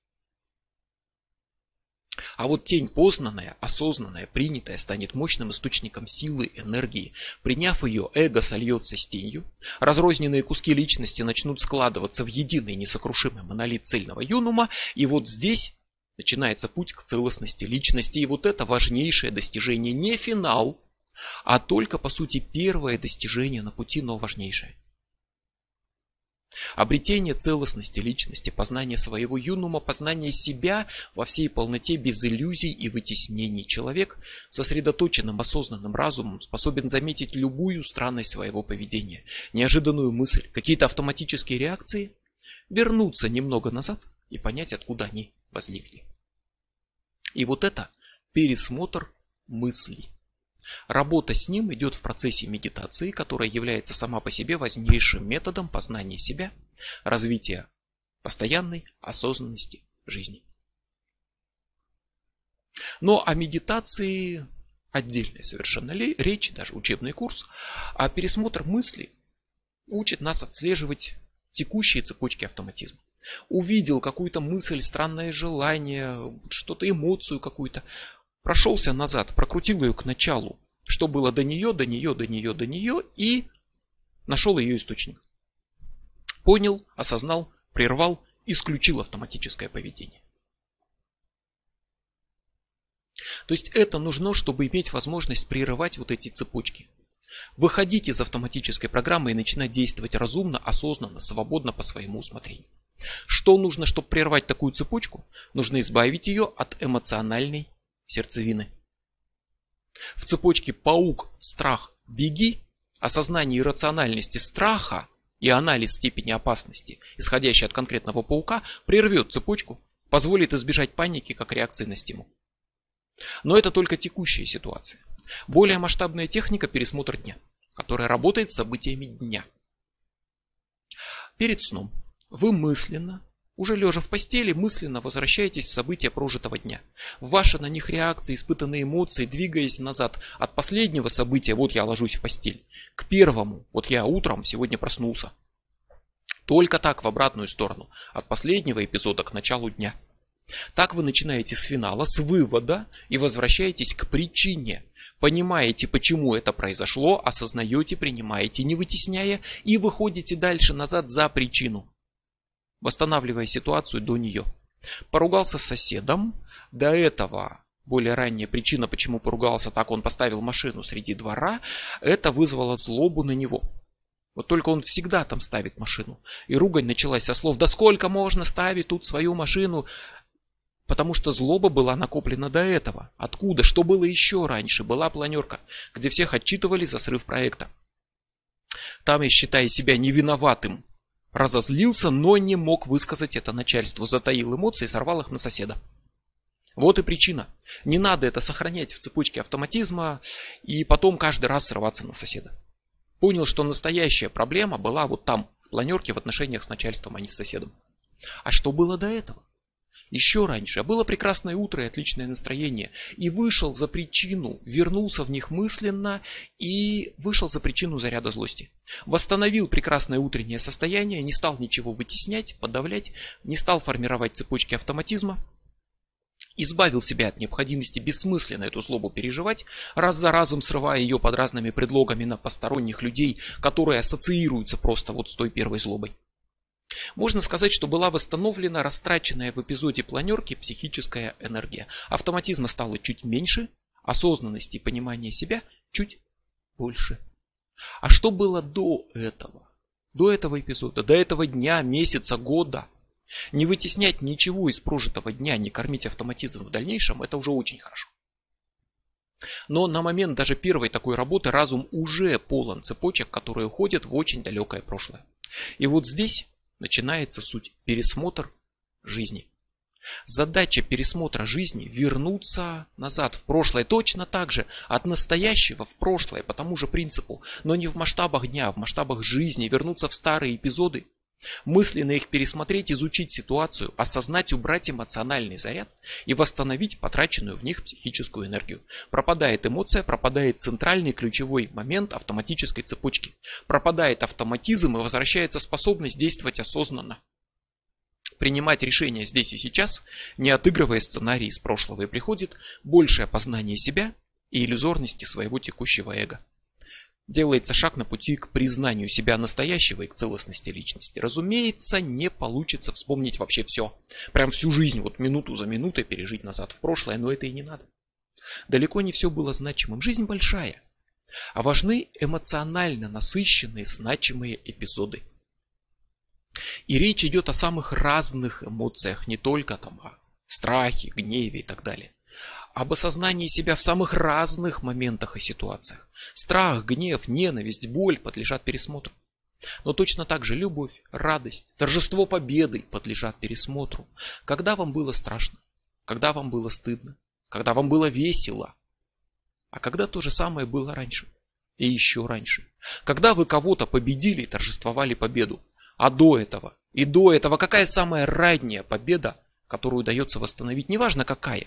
А вот тень познанная, осознанная, принятая станет мощным источником силы, энергии. Приняв ее, эго сольется с тенью, разрозненные куски личности начнут складываться в единый несокрушимый монолит цельного юнума, и вот здесь начинается путь к целостности личности. И вот это важнейшее достижение, не финал, а только по сути первое достижение на пути, но важнейшее. Обретение целостности личности, познание своего юнума, познание себя во всей полноте, без иллюзий и вытеснений. Человек сосредоточенным, осознанным разумом способен заметить любую странность своего поведения, неожиданную мысль, какие-то автоматические реакции, вернуться немного назад и понять, откуда они возникли. И вот это пересмотр мыслей. Работа с ним идет в процессе медитации, которая является сама по себе важнейшим методом познания себя, развития постоянной осознанности жизни. Но о медитации отдельная совершенно речь, даже учебный курс, а пересмотр мыслей учит нас отслеживать текущие цепочки автоматизма. Увидел какую-то мысль, странное желание, что-то, эмоцию какую-то, прошелся назад, прокрутил ее к началу, что было до нее, до нее, до нее, до нее, и нашел ее источник. Понял, осознал, прервал, исключил автоматическое поведение. То есть это нужно, чтобы иметь возможность прерывать вот эти цепочки. Выходить из автоматической программы и начинать действовать разумно, осознанно, свободно по своему усмотрению. Что нужно, чтобы прервать такую цепочку? Нужно избавить ее от эмоциональной сердцевины. В цепочке паук, страх, беги, осознание иррациональности страха и анализ степени опасности, исходящий от конкретного паука, прервет цепочку, позволит избежать паники как реакции на стимул. Но это только текущая ситуация. Более масштабная техника — пересмотр дня, которая работает с событиями дня. Перед сном вы мысленно, уже лежа в постели, мысленно возвращаетесь в события прожитого дня. Ваши на них реакции, испытанные эмоции, двигаясь назад от последнего события, вот я ложусь в постель, к первому, вот я утром сегодня проснулся. Только так в обратную сторону, от последнего эпизода к началу дня. Так вы начинаете с финала, с вывода и возвращаетесь к причине. Понимаете, почему это произошло, осознаете, принимаете, не вытесняя, и выходите дальше назад за причину, восстанавливая ситуацию до нее. Поругался с соседом, до этого более ранняя причина, почему поругался так, он поставил машину среди двора, это вызвало злобу на него. Вот только он всегда там ставит машину. И ругань началась со слов: да сколько можно ставить тут свою машину? Потому что злоба была накоплена до этого. Откуда? Что было еще раньше? Была планерка, где всех отчитывали за срыв проекта. Там я, считая себя невиноватым, разозлился, но не мог высказать это начальству. Затаил эмоции и сорвал их на соседа. Вот и причина. Не надо это сохранять в цепочке автоматизма и потом каждый раз срываться на соседа. Понял, что настоящая проблема была вот там, в планерке, в отношениях с начальством, а не с соседом. А что было до этого? Еще раньше. Было прекрасное утро и отличное настроение. И вышел за причину, вернулся в них мысленно и вышел за причину заряда злости. Восстановил прекрасное утреннее состояние, не стал ничего вытеснять, подавлять, не стал формировать цепочки автоматизма. Избавил себя от необходимости бессмысленно эту злобу переживать, раз за разом срывая ее под разными предлогами на посторонних людей, которые ассоциируются просто вот с той первой злобой. Можно сказать, что была восстановлена растраченная в эпизоде планерки психическая энергия. Автоматизма стало чуть меньше, осознанности и понимания себя чуть больше. А что было до этого? До этого эпизода, до этого дня, месяца, года? Не вытеснять ничего из прожитого дня, не кормить автоматизм в дальнейшем — это уже очень хорошо. Но на момент даже первой такой работы разум уже полон цепочек, которые уходят в очень далекое прошлое. И вот здесь начинается суть — пересмотр жизни. Задача пересмотра жизни — вернуться назад в прошлое, точно так же от настоящего в прошлое, по тому же принципу, но не в масштабах дня, а в масштабах жизни, вернуться в старые эпизоды, мысленно их пересмотреть, изучить ситуацию, осознать, убрать эмоциональный заряд и восстановить потраченную в них психическую энергию. Пропадает эмоция, пропадает центральный ключевой момент автоматической цепочки. Пропадает автоматизм и возвращается способность действовать осознанно. Принимать решения здесь и сейчас, не отыгрывая сценарии из прошлого, и приходит большее познание себя и иллюзорности своего текущего эго. Делается шаг на пути к признанию себя настоящего и к целостности личности. Разумеется, не получится вспомнить вообще все. Прям всю жизнь, вот минуту за минутой пережить назад в прошлое, но это и не надо. Далеко не все было значимым. Жизнь большая. А важны эмоционально насыщенные, значимые эпизоды. И речь идет о самых разных эмоциях, не только там о страхе, гневе и так далее. Об осознании себя в самых разных моментах и ситуациях. Страх, гнев, ненависть, боль подлежат пересмотру. Но точно так же любовь, радость, торжество победы подлежат пересмотру. Когда вам было страшно, когда вам было стыдно, когда вам было весело, а когда то же самое было раньше и еще раньше. Когда вы кого-то победили и торжествовали победу, а до этого и до этого какая самая ранняя победа, которую удается восстановить, неважно какая.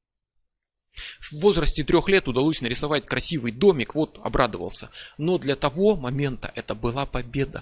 В возрасте трех лет удалось нарисовать красивый домик, вот обрадовался. Но для того момента это была победа.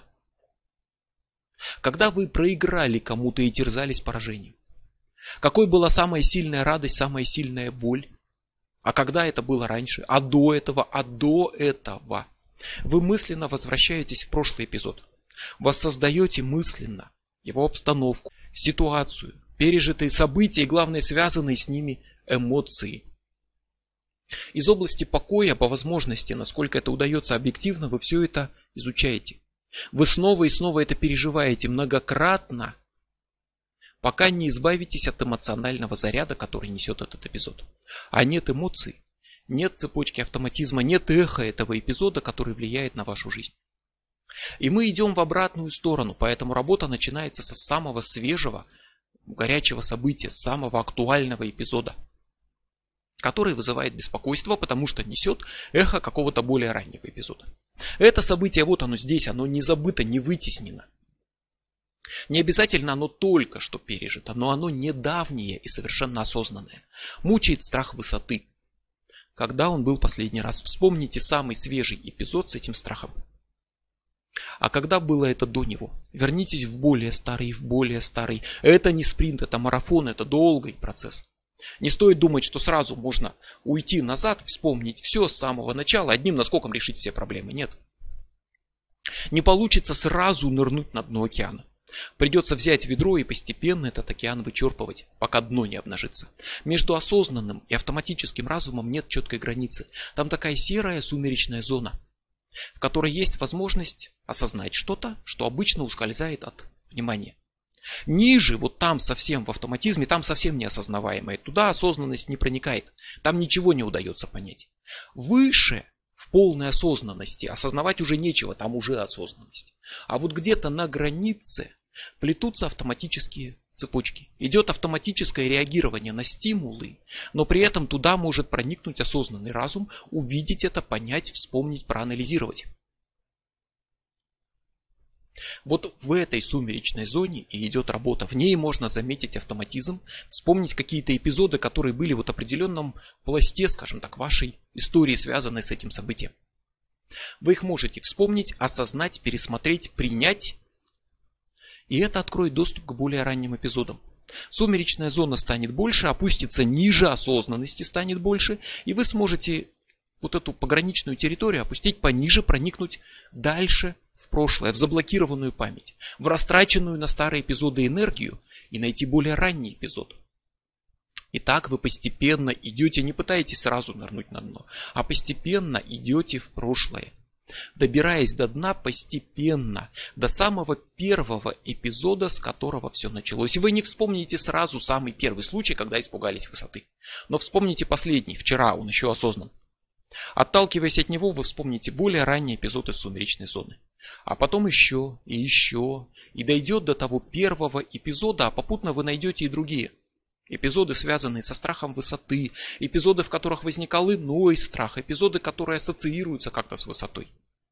Когда вы проиграли кому-то и терзались поражением. Какой была самая сильная радость, самая сильная боль? А когда это было раньше? А до этого? А до этого? Вы мысленно возвращаетесь в прошлый эпизод. Воссоздаете мысленно его обстановку, ситуацию, пережитые события и, главное, связанные с ними эмоции. Из области покоя, по возможности, насколько это удается объективно, вы все это изучаете. Вы снова и снова это переживаете многократно, пока не избавитесь от эмоционального заряда, который несет этот эпизод. А нет эмоций, нет цепочки автоматизма, нет эха этого эпизода, который влияет на вашу жизнь. И мы идем в обратную сторону, поэтому работа начинается со самого свежего, горячего события, с самого актуального эпизода, который вызывает беспокойство, потому что несет эхо какого-то более раннего эпизода. Это событие, вот оно здесь, оно не забыто, не вытеснено. Не обязательно оно только что пережито, но оно недавнее и совершенно осознанное. Мучает страх высоты. Когда он был последний раз? Вспомните самый свежий эпизод с этим страхом. А когда было это до него? Вернитесь в более старый, в более старый. Это не спринт, это марафон, это долгий процесс. Не стоит думать, что сразу можно уйти назад, вспомнить все с самого начала, одним наскоком решить все проблемы. Нет. Не получится сразу нырнуть на дно океана. Придется взять ведро и постепенно этот океан вычерпывать, пока дно не обнажится. Между осознанным и автоматическим разумом нет четкой границы. Там такая серая сумеречная зона, в которой есть возможность осознать что-то, что обычно ускользает от внимания. Ниже, вот там совсем в автоматизме, там совсем неосознаваемое. Туда осознанность не проникает. Там ничего не удается понять. Выше, в полной осознанности, осознавать уже нечего, там уже осознанность. А вот где-то на границе плетутся автоматические цепочки. Идет автоматическое реагирование на стимулы, но при этом туда может проникнуть осознанный разум, увидеть это, понять, вспомнить, проанализировать. Вот в этой сумеречной зоне и идет работа. В ней можно заметить автоматизм, вспомнить какие-то эпизоды, которые были в вот определенном пласте, скажем так, вашей истории, связанной с этим событием. Вы их можете вспомнить, осознать, пересмотреть, принять. И это откроет доступ к более ранним эпизодам. Сумеречная зона станет больше, опустится ниже, осознанности станет больше. И вы сможете вот эту пограничную территорию опустить пониже, проникнуть дальше в прошлое, в заблокированную память, в растраченную на старые эпизоды энергию и найти более ранний эпизод. И так вы постепенно идете, не пытаетесь сразу нырнуть на дно, а постепенно идете в прошлое, добираясь до дна постепенно, до самого первого эпизода, с которого все началось. И вы не вспомните сразу самый первый случай, когда испугались высоты, но вспомните последний, вчера, он еще осознан. Отталкиваясь от него, вы вспомните более ранний эпизод из сумеречной зоны. А потом еще и еще. И дойдет до того первого эпизода, а попутно вы найдете и другие. Эпизоды, связанные со страхом высоты. Эпизоды, в которых возникал иной страх. Эпизоды, которые ассоциируются как-то с высотой.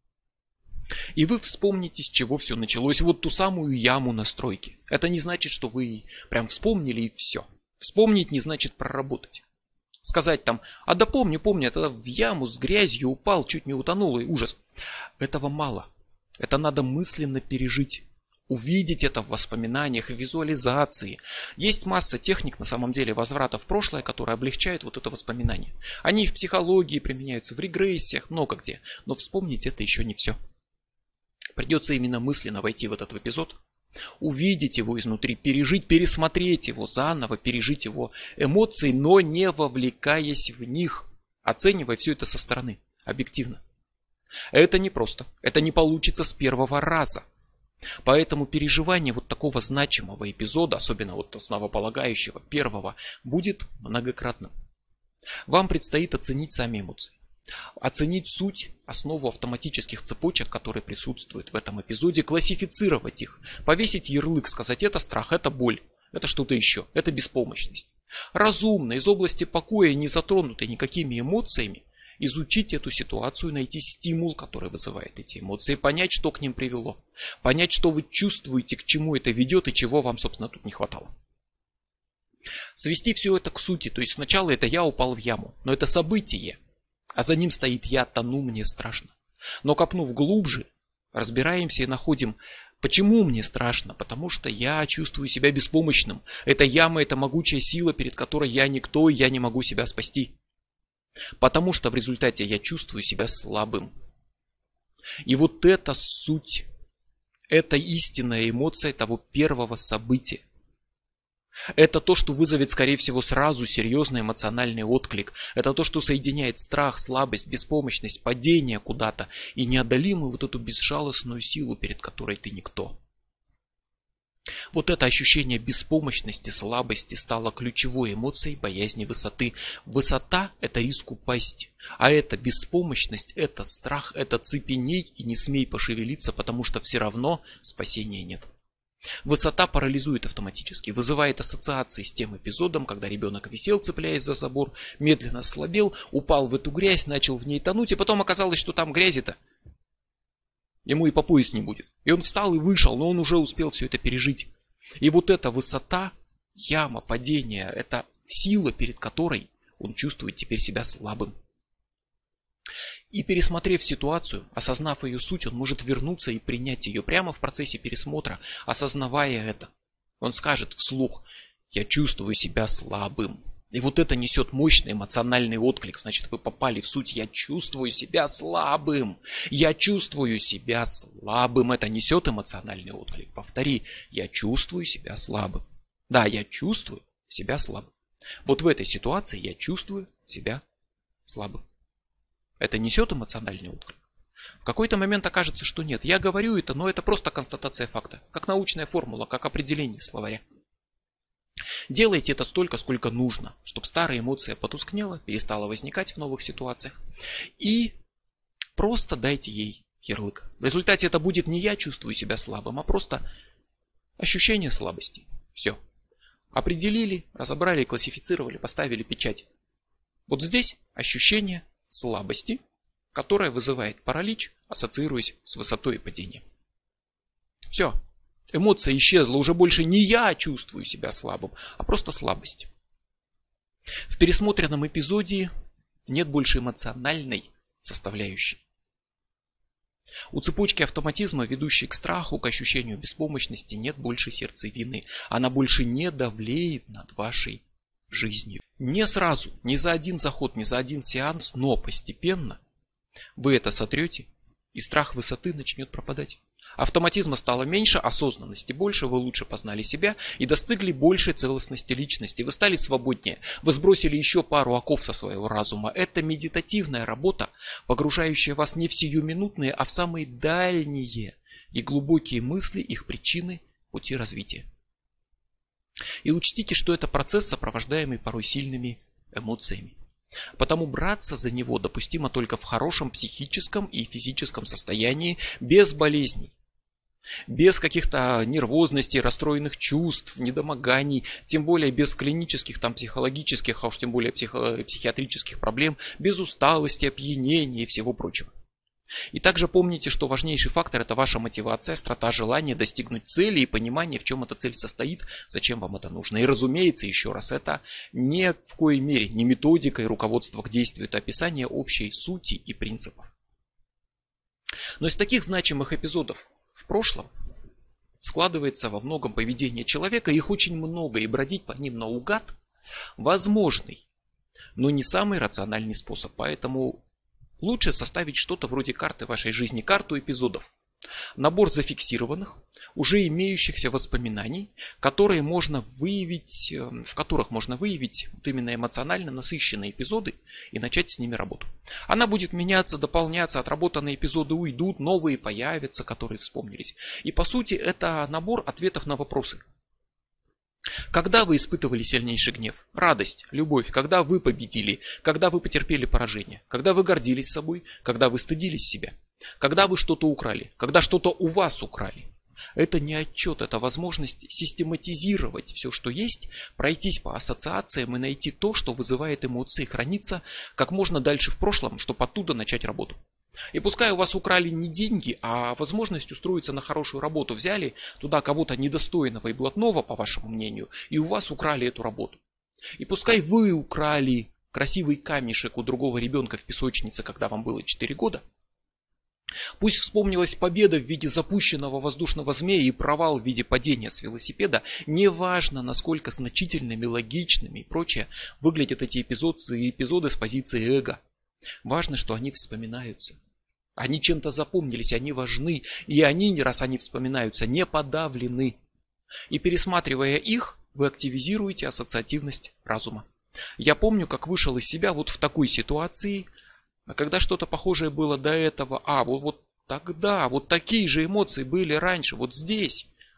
И вы вспомните, с чего все началось. Вот ту самую яму на стройке. Это не значит, что вы прям вспомнили и все. Вспомнить не значит проработать. Сказать там, а да помню, помню, я тогда в яму с грязью упал, чуть не утонул, и ужас. Этого мало. Это надо мысленно пережить. Увидеть это в воспоминаниях, в визуализации. Есть масса техник, на самом деле, возврата в прошлое, которые облегчают вот это воспоминание. Они в психологии применяются, в регрессиях, много где. Но вспомнить это еще не все. Придется именно мысленно войти в этот эпизод. Увидеть его изнутри, пережить, пересмотреть его заново, пережить его эмоции, но не вовлекаясь в них, оценивая все это со стороны, объективно. Это непросто, это не получится с первого раза. Поэтому переживание вот такого значимого эпизода, особенно вот основополагающего, первого, будет многократным. Вам предстоит оценить сами эмоции. Оценить суть, основу автоматических цепочек, которые присутствуют в этом эпизоде, классифицировать их, повесить ярлык, сказать, это страх, это боль, это что-то еще, это беспомощность. Разумно, из области покоя, не затронутой никакими эмоциями, изучить эту ситуацию, найти стимул, который вызывает эти эмоции, понять, что к ним привело, понять, что вы чувствуете, к чему это ведет и чего вам, собственно, тут не хватало. Свести все это к сути, то есть сначала это я упал в яму, но это событие. А за ним стоит я тону, мне страшно. Но копнув глубже, разбираемся и находим, почему мне страшно. Потому что я чувствую себя беспомощным. Эта яма, это могучая сила, перед которой я никто, и я не могу себя спасти. Потому что в результате я чувствую себя слабым. И вот это суть, это истинная эмоция того первого события. Это то, что вызовет, скорее всего, сразу серьезный эмоциональный отклик. Это то, что соединяет страх, слабость, беспомощность, падение куда-то и неодолимую вот эту безжалостную силу, перед которой ты никто. Вот это ощущение беспомощности, слабости стало ключевой эмоцией боязни высоты. Высота – это риск упасть. А это беспомощность, это страх, это цепеней и не смей пошевелиться, потому что все равно спасения нет. Высота парализует автоматически, вызывает ассоциации с тем эпизодом, когда ребенок висел, цепляясь за забор, медленно ослабел, упал в эту грязь, начал в ней тонуть, и потом оказалось, что там грязи-то ему и по пояс не будет. И он встал и вышел, но он уже успел все это пережить. И вот эта высота, яма, падение, это сила, перед которой он чувствует теперь себя слабым. И пересмотрев ситуацию, осознав ее суть, он может вернуться и принять ее прямо в процессе пересмотра, осознавая это. Он скажет вслух: «Я чувствую себя слабым». И вот это несет мощный эмоциональный отклик. Значит, вы попали в суть. Я чувствую себя слабым. Я чувствую себя слабым. Это несет эмоциональный отклик. Повтори. Я чувствую себя слабым. Да, я чувствую себя слабым. Вот в этой ситуации я чувствую себя слабым. Это несет эмоциональный отклик. В какой-то момент окажется, что нет. Я говорю это, но это просто констатация факта. Как научная формула, как определение словаря. Делайте это столько, сколько нужно, чтобы старая эмоция потускнела, перестала возникать в новых ситуациях. И просто дайте ей ярлык. В результате это будет не я чувствую себя слабым, а просто ощущение слабости. Все. Определили, разобрали, классифицировали, поставили печать. Вот здесь ощущение слабости, которое вызывает паралич, ассоциируясь с высотой и падением. Все. Эмоция исчезла, уже больше не я чувствую себя слабым, а просто слабость. В пересмотренном эпизоде нет больше эмоциональной составляющей. У цепочки автоматизма, ведущей к страху, к ощущению беспомощности, нет больше сердцевины. Она больше не давлеет над вашей жизнью. Не сразу, не за один заход, не за один сеанс, но постепенно вы это сотрете, и страх высоты начнет пропадать. Автоматизма стало меньше, осознанности больше, вы лучше познали себя и достигли большей целостности личности. Вы стали свободнее, вы сбросили еще пару оков со своего разума. Это медитативная работа, погружающая вас не в сиюминутные, а в самые дальние и глубокие мысли, их причины, пути развития. И учтите, что это процесс, сопровождаемый порой сильными эмоциями. Потому браться за него допустимо только в хорошем психическом и физическом состоянии, без болезней. Без каких-то нервозностей, расстроенных чувств, недомоганий, тем более без клинических, там, психологических, а уж тем более психо- психиатрических проблем, без усталости, опьянения и всего прочего. И также помните, что важнейший фактор – это ваша мотивация, острота желания достигнуть цели и понимание, в чем эта цель состоит, зачем вам это нужно. И разумеется, еще раз, это ни в коей мере не методика и руководство к действию, это описание общей сути и принципов. Но из таких значимых эпизодов в прошлом складывается во многом поведение человека, их очень много, и бродить по ним наугад возможный, но не самый рациональный способ. Поэтому лучше составить что-то вроде карты вашей жизни, карту эпизодов. Набор зафиксированных, уже имеющихся воспоминаний, которые можно выявить, в которых можно выявить вот именно эмоционально насыщенные эпизоды и начать с ними работу. Она будет меняться, дополняться, отработанные эпизоды уйдут, новые появятся, которые вспомнились. И по сути это набор ответов на вопросы. Когда вы испытывали сильнейший гнев, радость, любовь, когда вы победили, когда вы потерпели поражение, когда вы гордились собой, когда вы стыдились себя, когда вы что-то украли, когда что-то у вас украли. Это не отчет, это возможность систематизировать все, что есть, пройтись по ассоциациям и найти то, что вызывает эмоции, храниться как можно дальше в прошлом, чтобы оттуда начать работу. И пускай у вас украли не деньги, а возможность устроиться на хорошую работу. Взяли туда кого-то недостойного и блатного, по вашему мнению, и у вас украли эту работу. И пускай вы украли красивый камешек у другого ребенка в песочнице, когда вам было четыре года. Пусть вспомнилась победа в виде запущенного воздушного змея и провал в виде падения с велосипеда. Неважно, насколько значительными, логичными и прочее выглядят эти эпизоды, эпизоды с позиции эго. Важно, что они вспоминаются. Они чем-то запомнились, они важны. И они, раз они вспоминаются, не подавлены. И пересматривая их, вы активизируете ассоциативность разума. Я помню, как вышел из себя вот в такой ситуации, когда что-то похожее было до этого. А, вот, вот тогда, вот такие же эмоции были раньше, вот здесь.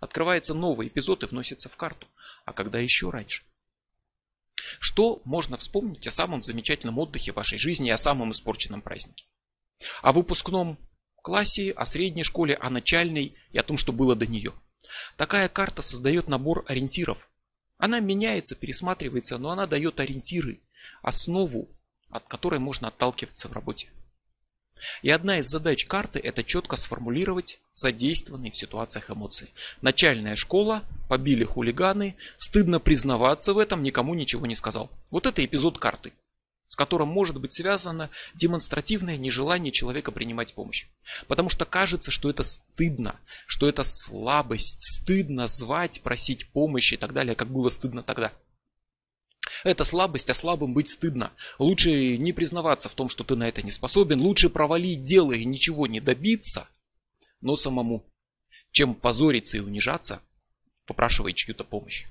Открывается новый эпизод и вносится в карту. А когда еще раньше? Что можно вспомнить о самом замечательном отдыхе в вашей жизни и о самом испорченном празднике? О выпускном классе, о средней школе, о начальной и о том, что было до нее. Такая карта создает набор ориентиров. Она меняется, пересматривается, но она дает ориентиры, основу, от которой можно отталкиваться в работе. И одна из задач карты — это четко сформулировать задействованные в ситуациях эмоции. Начальная школа, побили хулиганы, стыдно признаваться в этом, никому ничего не сказал. Вот это эпизод карты, с которым может быть связано демонстративное нежелание человека принимать помощь. Потому что кажется, что это стыдно, что это слабость, стыдно звать, просить помощи и так далее, как было стыдно тогда. Это слабость, а слабым быть стыдно. Лучше не признаваться в том, что ты на это не способен. Лучше провалить дело и ничего не добиться, но самому, чем позориться и унижаться, попрашивая чью-то помощь.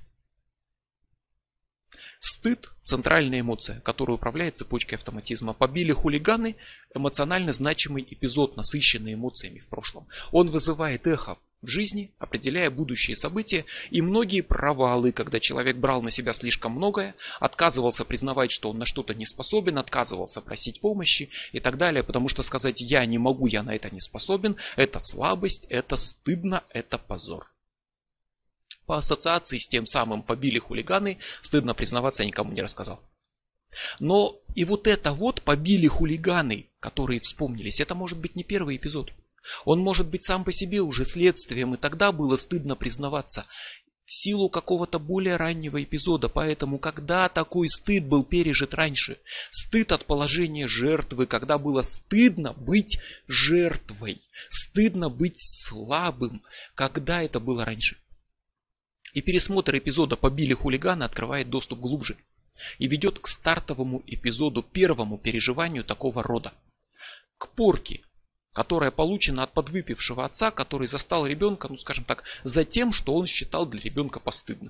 Стыд – центральная эмоция, которая управляет цепочкой автоматизма. Побили хулиганы – эмоционально значимый эпизод, насыщенный эмоциями в прошлом. Он вызывает эхо в жизни, определяя будущие события, и многие провалы, когда человек брал на себя слишком многое, отказывался признавать, что он на что-то не способен, отказывался просить помощи и так далее, потому что сказать «я не могу, я на это не способен» – это слабость, это стыдно, это позор. По ассоциации с тем самым побили хулиганы, стыдно признаваться, я никому не рассказал. Но и вот это вот побили хулиганы, которые вспомнились, это может быть не первый эпизод. Он может быть сам по себе уже следствием, и тогда было стыдно признаваться в силу какого-то более раннего эпизода. Поэтому, когда такой стыд был пережит раньше, стыд от положения жертвы, когда было стыдно быть жертвой, стыдно быть слабым, когда это было раньше. И пересмотр эпизода «Побили хулигана» открывает доступ глубже и ведет к стартовому эпизоду, первому переживанию такого рода. К порке, которая получена от подвыпившего отца, который застал ребенка, ну скажем так, за тем, что он считал для ребенка постыдным.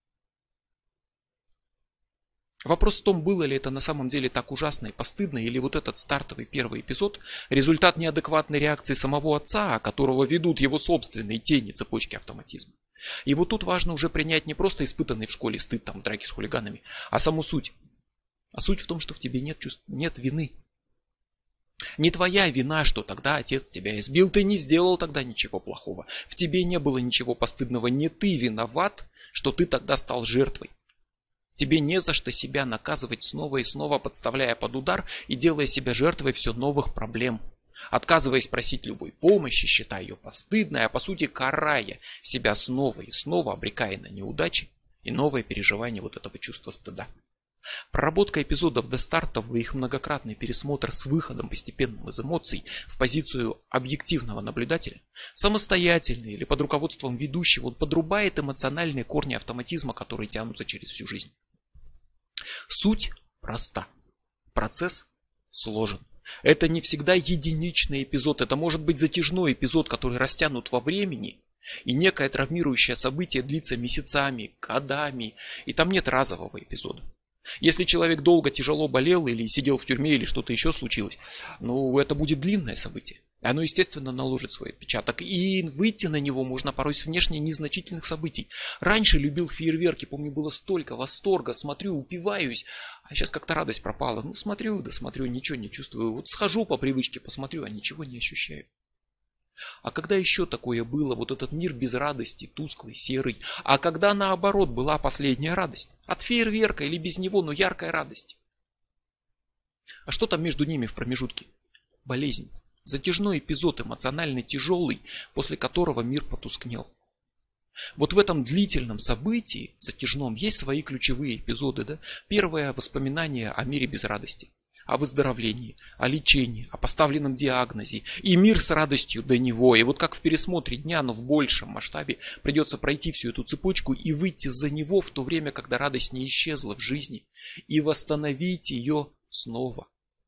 Вопрос в том, было ли это на самом деле так ужасно и постыдно, или вот этот стартовый первый эпизод – результат неадекватной реакции самого отца, которого ведут его собственные тени цепочки автоматизма. И вот тут важно уже принять не просто испытанный в школе стыд, там, драки с хулиганами, а саму суть. А суть в том, что в тебе нет чувств, нет вины. Не твоя вина, что тогда отец тебя избил, ты не сделал тогда ничего плохого. В тебе не было ничего постыдного, не ты виноват, что ты тогда стал жертвой. Тебе не за что себя наказывать снова и снова, подставляя под удар и делая себя жертвой все новых проблем. Отказываясь просить любой помощи, считая ее постыдной, а по сути карая себя снова и снова, обрекая на неудачи и новое переживание вот этого чувства стыда. Проработка эпизодов до стартов и их многократный пересмотр с выходом постепенным из эмоций в позицию объективного наблюдателя, самостоятельно или под руководством ведущего, он подрубает эмоциональные корни автоматизма, которые тянутся через всю жизнь. Суть проста. Процесс сложен. Это не всегда единичный эпизод, это может быть затяжной эпизод, который растянут во времени, и некое травмирующее событие длится месяцами, годами, и там нет разового эпизода. Если человек долго тяжело болел или сидел в тюрьме или что-то еще случилось, ну это будет длинное событие. Оно, естественно, наложит свой отпечаток. И выйти на него можно порой с внешне незначительных событий. Раньше любил фейерверки, помню, было столько восторга, смотрю, упиваюсь, а сейчас как-то радость пропала. Ну смотрю, да смотрю, ничего не чувствую. Вот схожу по привычке, посмотрю, а ничего не ощущаю. А когда еще такое было, вот этот мир без радости, тусклый, серый? А когда наоборот была последняя радость? От фейерверка или без него, но яркая радость? А что там между ними в промежутке? Болезнь. Затяжной эпизод, эмоционально тяжелый, после которого мир потускнел. Вот в этом длительном событии, затяжном, есть свои ключевые эпизоды. Да? Первое — воспоминание о мире без радости. О выздоровлении, о лечении, о поставленном диагнозе. И мир с радостью до него. И вот как в пересмотре дня, но в большем масштабе, придется пройти всю эту цепочку и выйти за него в то время, когда радость не исчезла в жизни. И восстановить ее снова.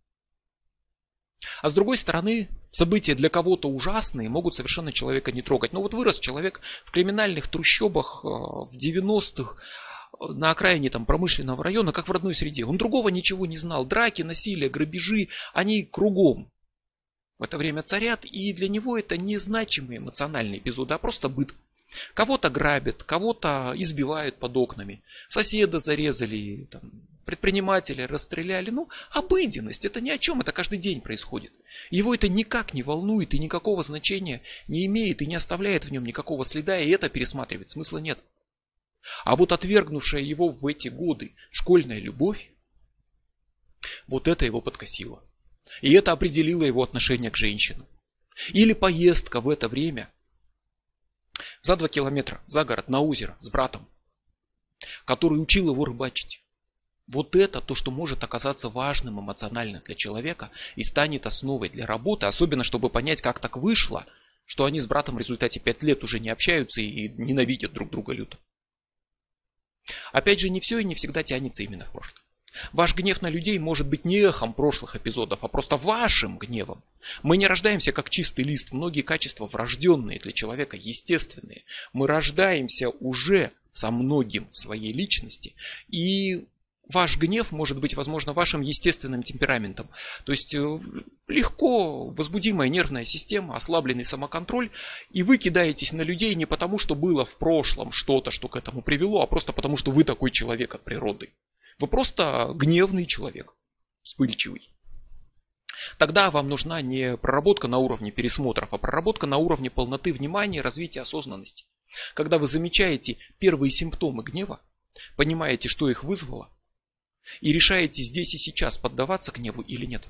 А с другой стороны, события для кого-то ужасные могут совершенно человека не трогать. Но вот вырос человек в криминальных трущобах в девяностых, на окраине там промышленного района, как в родной среде. Он другого ничего не знал. Драки, насилие, грабежи, они кругом в это время царят. И для него это не значимые эмоциональные эпизоды, а просто быт. Кого-то грабят, кого-то избивают под окнами, соседа зарезали, там, предпринимателя расстреляли. Ну, обыденность, это ни о чем, это каждый день происходит. Его это никак не волнует и никакого значения не имеет и не оставляет в нем никакого следа, и это пересматривать смысла нет. А вот отвергнувшая его в эти годы школьная любовь, вот это его подкосило. И это определило его отношение к женщинам. Или поездка в это время за два километра за город на озеро с братом, который учил его рыбачить. Вот это то, что может оказаться важным эмоционально для человека и станет основой для работы, особенно чтобы понять, как так вышло, что они с братом в результате пять лет уже не общаются и ненавидят друг друга люто. Опять же, не все и не всегда тянется именно в прошлое. Ваш гнев на людей может быть не эхом прошлых эпизодов, а просто вашим гневом. Мы не рождаемся как чистый лист, многие качества врожденные для человека, естественные. Мы рождаемся уже со многим в своей личности, и ваш гнев может быть, возможно, вашим естественным темпераментом. То есть легко возбудимая нервная система, ослабленный самоконтроль, и вы кидаетесь на людей не потому, что было в прошлом что-то, что к этому привело, а просто потому, что вы такой человек от природы. Вы просто гневный человек, вспыльчивый. Тогда вам нужна не проработка на уровне пересмотров, а проработка на уровне полноты внимания, развития осознанности. Когда вы замечаете первые симптомы гнева, понимаете, что их вызвало, и решаете здесь и сейчас поддаваться гневу или нет.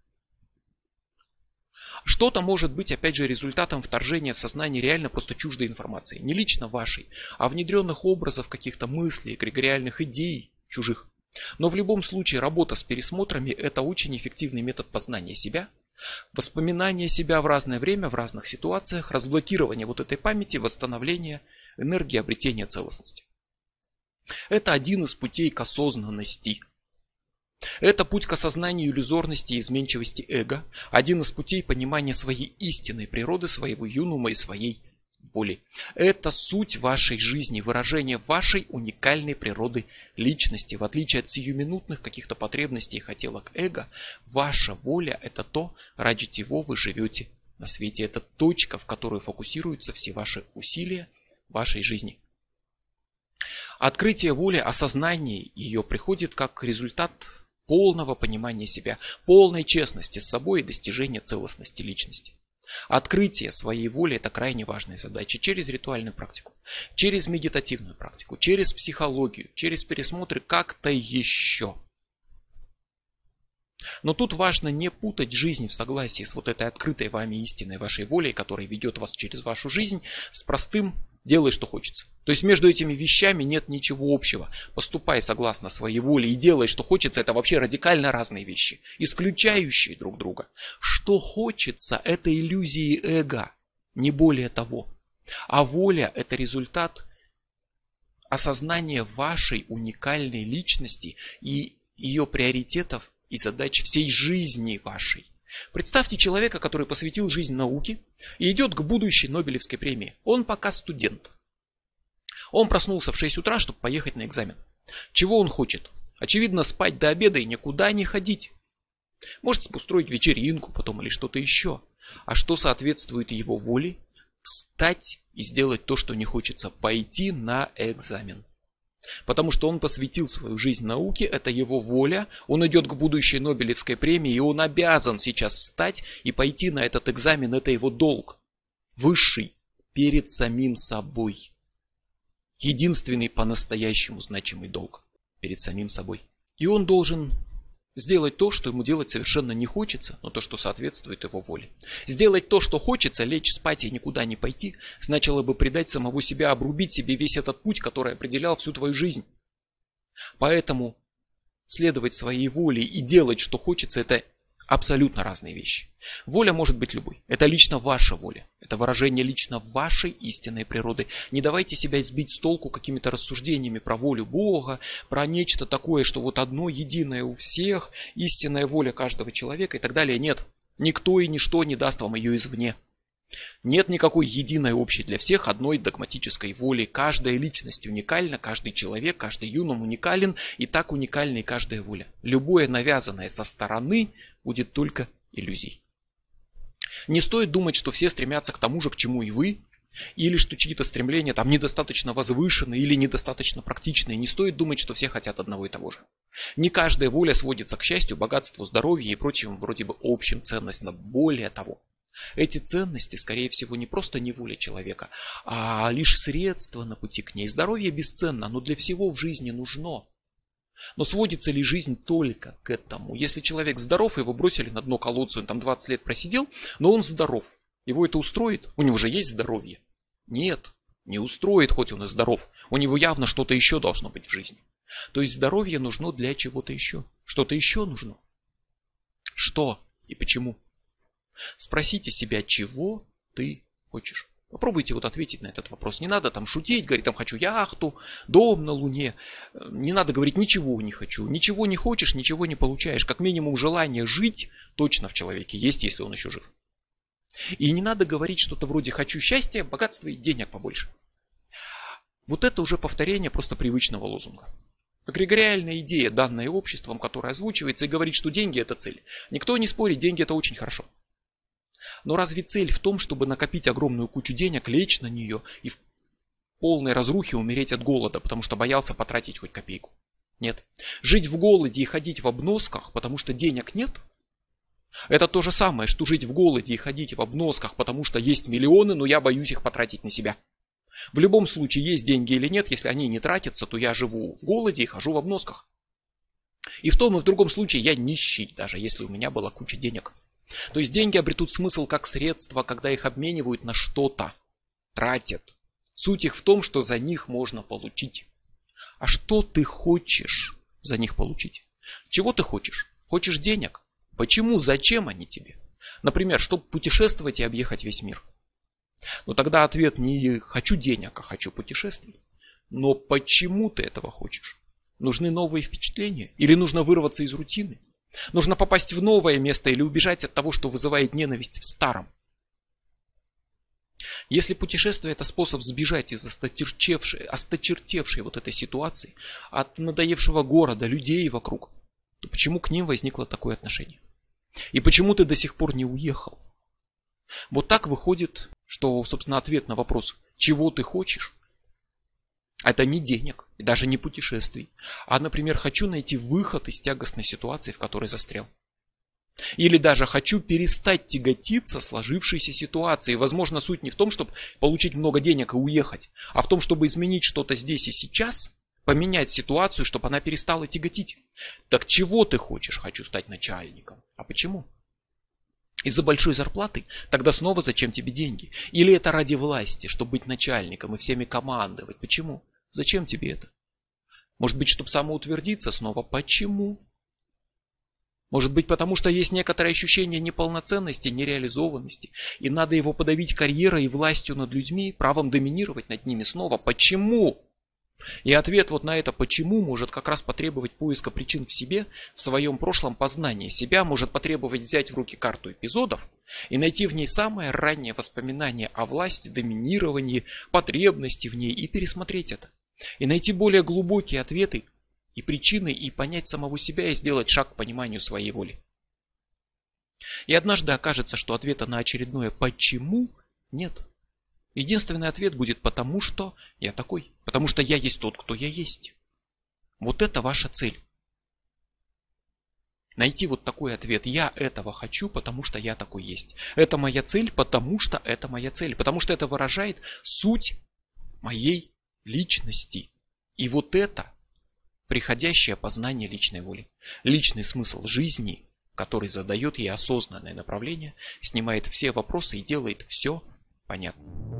Что-то может быть, опять же, результатом вторжения в сознание реально просто чуждой информации. Не лично вашей, а внедренных образов, каких-то мыслей, эгрегориальных идей чужих. Но в любом случае работа с пересмотрами – это очень эффективный метод познания себя, воспоминания себя в разное время, в разных ситуациях, разблокирование вот этой памяти, восстановление энергии, обретения целостности. Это один из путей к осознанности. Это путь к осознанию иллюзорности и изменчивости эго, один из путей понимания своей истинной природы, своего юнума и своей воли. Это суть вашей жизни, выражение вашей уникальной природы личности. В отличие от сиюминутных каких-то потребностей и хотелок эго, ваша воля – это то, ради чего вы живете на свете. Это точка, в которую фокусируются все ваши усилия вашей жизни. Открытие воли, осознание ее приходит как результат полного понимания себя, полной честности с собой и достижения целостности личности. Открытие своей воли – это крайне важная задача через ритуальную практику, через медитативную практику, через психологию, через пересмотры как-то еще. Но тут важно не путать жизнь в согласии с вот этой открытой вами истинной вашей волей, которая ведет вас через вашу жизнь, с простым «делай, что хочется». То есть между этими вещами нет ничего общего. Поступай согласно своей воле и делай, что хочется, это вообще радикально разные вещи, исключающие друг друга. Что хочется – это иллюзии эго, не более того. А воля – это результат осознания вашей уникальной личности и ее приоритетов и задач всей жизни вашей. Представьте человека, который посвятил жизнь науке и идет к будущей Нобелевской премии. Он пока студент. Он проснулся в шесть утра, чтобы поехать на экзамен. Чего он хочет? Очевидно, спать до обеда и никуда не ходить. Может устроить вечеринку потом или что-то еще. А что соответствует его воле? Встать и сделать то, что не хочется. Пойти на экзамен. Потому что он посвятил свою жизнь науке, это его воля, он идет к будущей Нобелевской премии, и он обязан сейчас встать и пойти на этот экзамен, это его долг. Высший, перед самим собой. Единственный по-настоящему значимый долг перед самим собой. И он должен сделать то, что ему делать совершенно не хочется, но то, что соответствует его воле. Сделать то, что хочется, лечь спать и никуда не пойти, значило бы предать самого себя, обрубить себе весь этот путь, который определял всю твою жизнь. Поэтому следовать своей воле и делать, что хочется, это абсолютно разные вещи. Воля может быть любой. Это лично ваша воля. Это выражение лично вашей истинной природы. Не давайте себя сбить с толку какими-то рассуждениями про волю Бога, про нечто такое, что вот одно единое у всех, истинная воля каждого человека и так далее. Нет. Никто и ничто не даст вам ее извне. Нет никакой единой общей для всех одной догматической воли. Каждая личность уникальна, каждый человек, каждый юном уникален, и так уникальна и каждая воля. Любое навязанное со стороны будет только иллюзией. Не стоит думать, что все стремятся к тому же, к чему и вы, или что чьи-то стремления там недостаточно возвышенные или недостаточно практичные. Не стоит думать, что все хотят одного и того же. Не каждая воля сводится к счастью, богатству, здоровью и прочим вроде бы общим ценностям. Более того, эти ценности, скорее всего, не просто не воля человека, а лишь средства на пути к ней. Здоровье бесценно, но для всего в жизни нужно. Но сводится ли жизнь только к этому? Если человек здоров, его бросили на дно колодца, он там двадцать лет просидел, но он здоров. Его это устроит? У него же есть здоровье? Нет, не устроит, хоть он и здоров. У него явно что-то еще должно быть в жизни. То есть здоровье нужно для чего-то еще. Что-то еще нужно. Что и почему? Спросите себя, чего ты хочешь. Попробуйте вот ответить на этот вопрос. Не надо там шутить, говорить, там хочу яхту, дом на Луне. Не надо говорить, ничего не хочу. Ничего не хочешь, ничего не получаешь. Как минимум желание жить точно в человеке есть, если он еще жив. И не надо говорить что-то вроде «хочу счастья, богатства и денег побольше». Вот это уже повторение просто привычного лозунга. Эгрегориальная идея, данная обществом, которая озвучивается и говорит, что деньги – это цель. Никто не спорит, деньги – это очень хорошо. Но разве цель в том, чтобы накопить огромную кучу денег, лечь на нее и в полной разрухе умереть от голода, потому что боялся потратить хоть копейку? Нет. Жить в голоде и ходить в обносках, потому что денег нет – это то же самое, что жить в голоде и ходить в обносках, потому что есть миллионы, но я боюсь их потратить на себя. В любом случае, есть деньги или нет, если они не тратятся, то я живу в голоде и хожу в обносках. И в том и в другом случае я нищий, даже если у меня была куча денег. То есть деньги обретут смысл как средство, когда их обменивают на что-то, тратят. Суть их в том, что за них можно получить. А что ты хочешь за них получить? Чего ты хочешь? Хочешь денег? Почему? Зачем они тебе? Например, чтобы путешествовать и объехать весь мир. Но тогда ответ не «хочу денег», а «хочу путешествий». Но почему ты этого хочешь? Нужны новые впечатления? Или нужно вырваться из рутины? Нужно попасть в новое место или убежать от того, что вызывает ненависть в старом? Если путешествие – это способ сбежать из осточертевшей, осточертевшей вот этой ситуации, от надоевшего города, людей вокруг, то почему к ним возникло такое отношение? И почему ты до сих пор не уехал? Вот так выходит, что, собственно, ответ на вопрос, чего ты хочешь, это не денег, и даже не путешествий, а, например, хочу найти выход из тягостной ситуации, в которой застрял. Или даже хочу перестать тяготиться сложившейся ситуацией. Возможно, суть не в том, чтобы получить много денег и уехать, а в том, чтобы изменить что-то здесь и сейчас, поменять ситуацию, чтобы она перестала тяготить. Так чего ты хочешь? Хочу стать начальником. А почему? Из-за большой зарплаты? Тогда снова зачем тебе деньги? Или это ради власти, чтобы быть начальником и всеми командовать? Почему? Зачем тебе это? Может быть, чтобы самоутвердиться снова? Почему? Может быть, потому что есть некоторое ощущение неполноценности, нереализованности, и надо его подавить карьерой и властью над людьми, правом доминировать над ними снова. Почему? И ответ вот на это «почему» может как раз потребовать поиска причин в себе, в своем прошлом познания себя, может потребовать взять в руки карту эпизодов и найти в ней самое раннее воспоминание о власти, доминировании, потребности в ней и пересмотреть это. И найти более глубокие ответы и причины, и понять самого себя, и сделать шаг к пониманию своей воли. И однажды окажется, что ответа на очередное «почему» нет. Единственный ответ будет «потому что я такой». Потому что я есть тот, кто я есть. Вот это ваша цель. Найти вот такой ответ. Я этого хочу, потому что я такой есть. Это моя цель, потому что это моя цель. Потому что это выражает суть моей личности. И вот это приходящее познание личной воли. Личный смысл жизни, который задает ей осознанное направление, снимает все вопросы и делает все понятно.